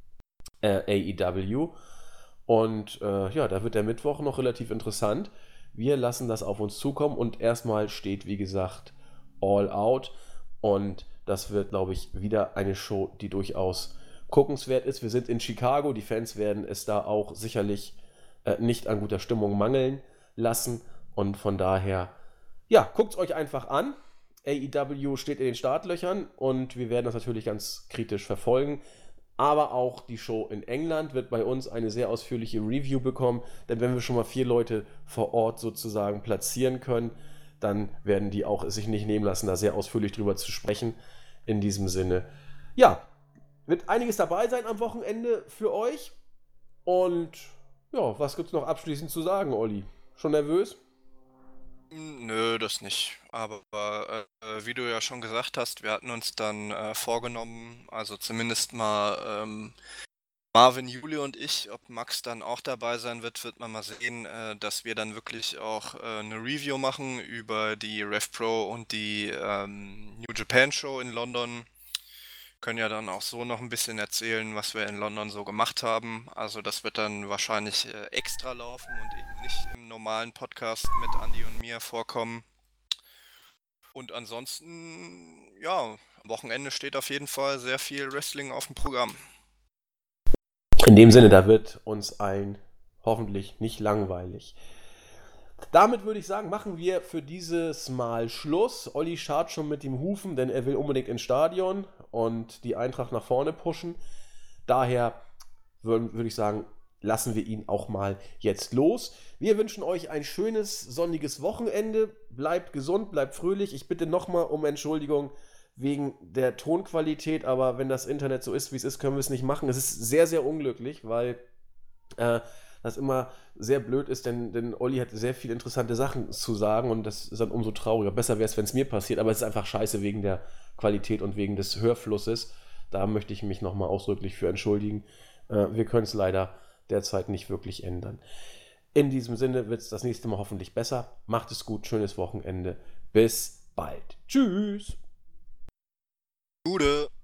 AEW. Und ja, da wird der Mittwoch noch relativ interessant. Wir lassen das auf uns zukommen und erstmal steht, wie gesagt, All Out. Und das wird, glaube ich, wieder eine Show, die durchaus guckenswert ist. Wir sind in Chicago, die Fans werden es da auch sicherlich nicht an guter Stimmung mangeln lassen. Und von daher, ja, guckt es euch einfach an. AEW steht in den Startlöchern und wir werden das natürlich ganz kritisch verfolgen. Aber auch die Show in England wird bei uns eine sehr ausführliche Review bekommen, denn wenn wir schon mal 4 Leute vor Ort sozusagen platzieren können, dann werden die auch es sich nicht nehmen lassen, da sehr ausführlich drüber zu sprechen. In diesem Sinne, ja, wird einiges dabei sein am Wochenende für euch. Und ja, was gibt es noch abschließend zu sagen, Olli? Schon nervös? Nö, das nicht. Aber wie du ja schon gesagt hast, wir hatten uns dann vorgenommen, also zumindest mal Marvin, Juli und ich, ob Max dann auch dabei sein wird man mal sehen, dass wir dann wirklich auch eine Review machen über die Rev Pro und die New Japan Show in London. Können ja dann auch so noch ein bisschen erzählen, was wir in London so gemacht haben. Also das wird dann wahrscheinlich extra laufen und eben nicht im normalen Podcast mit Andy und mir vorkommen. Und ansonsten, ja, am Wochenende steht auf jeden Fall sehr viel Wrestling auf dem Programm. In dem Sinne, da wird uns allen hoffentlich nicht langweilig. Damit würde ich sagen, machen wir für dieses Mal Schluss. Olli schart schon mit dem Hufen, denn er will unbedingt ins Stadion und die Eintracht nach vorne pushen. Daher würde ich sagen, lassen wir ihn auch mal jetzt los. Wir wünschen euch ein schönes, sonniges Wochenende. Bleibt gesund, bleibt fröhlich. Ich bitte nochmal um Entschuldigung wegen der Tonqualität, aber wenn das Internet so ist, wie es ist, können wir es nicht machen. Es ist sehr, sehr unglücklich, weil das immer sehr blöd ist, denn Olli hat sehr viele interessante Sachen zu sagen und das ist dann umso trauriger. Besser wäre es, wenn es mir passiert, aber es ist einfach scheiße wegen der Qualität und wegen des Hörflusses. Da möchte ich mich nochmal ausdrücklich für entschuldigen. Wir können es leider derzeit nicht wirklich ändern. In diesem Sinne wird es das nächste Mal hoffentlich besser. Macht es gut, schönes Wochenende. Bis bald. Tschüss. Gute.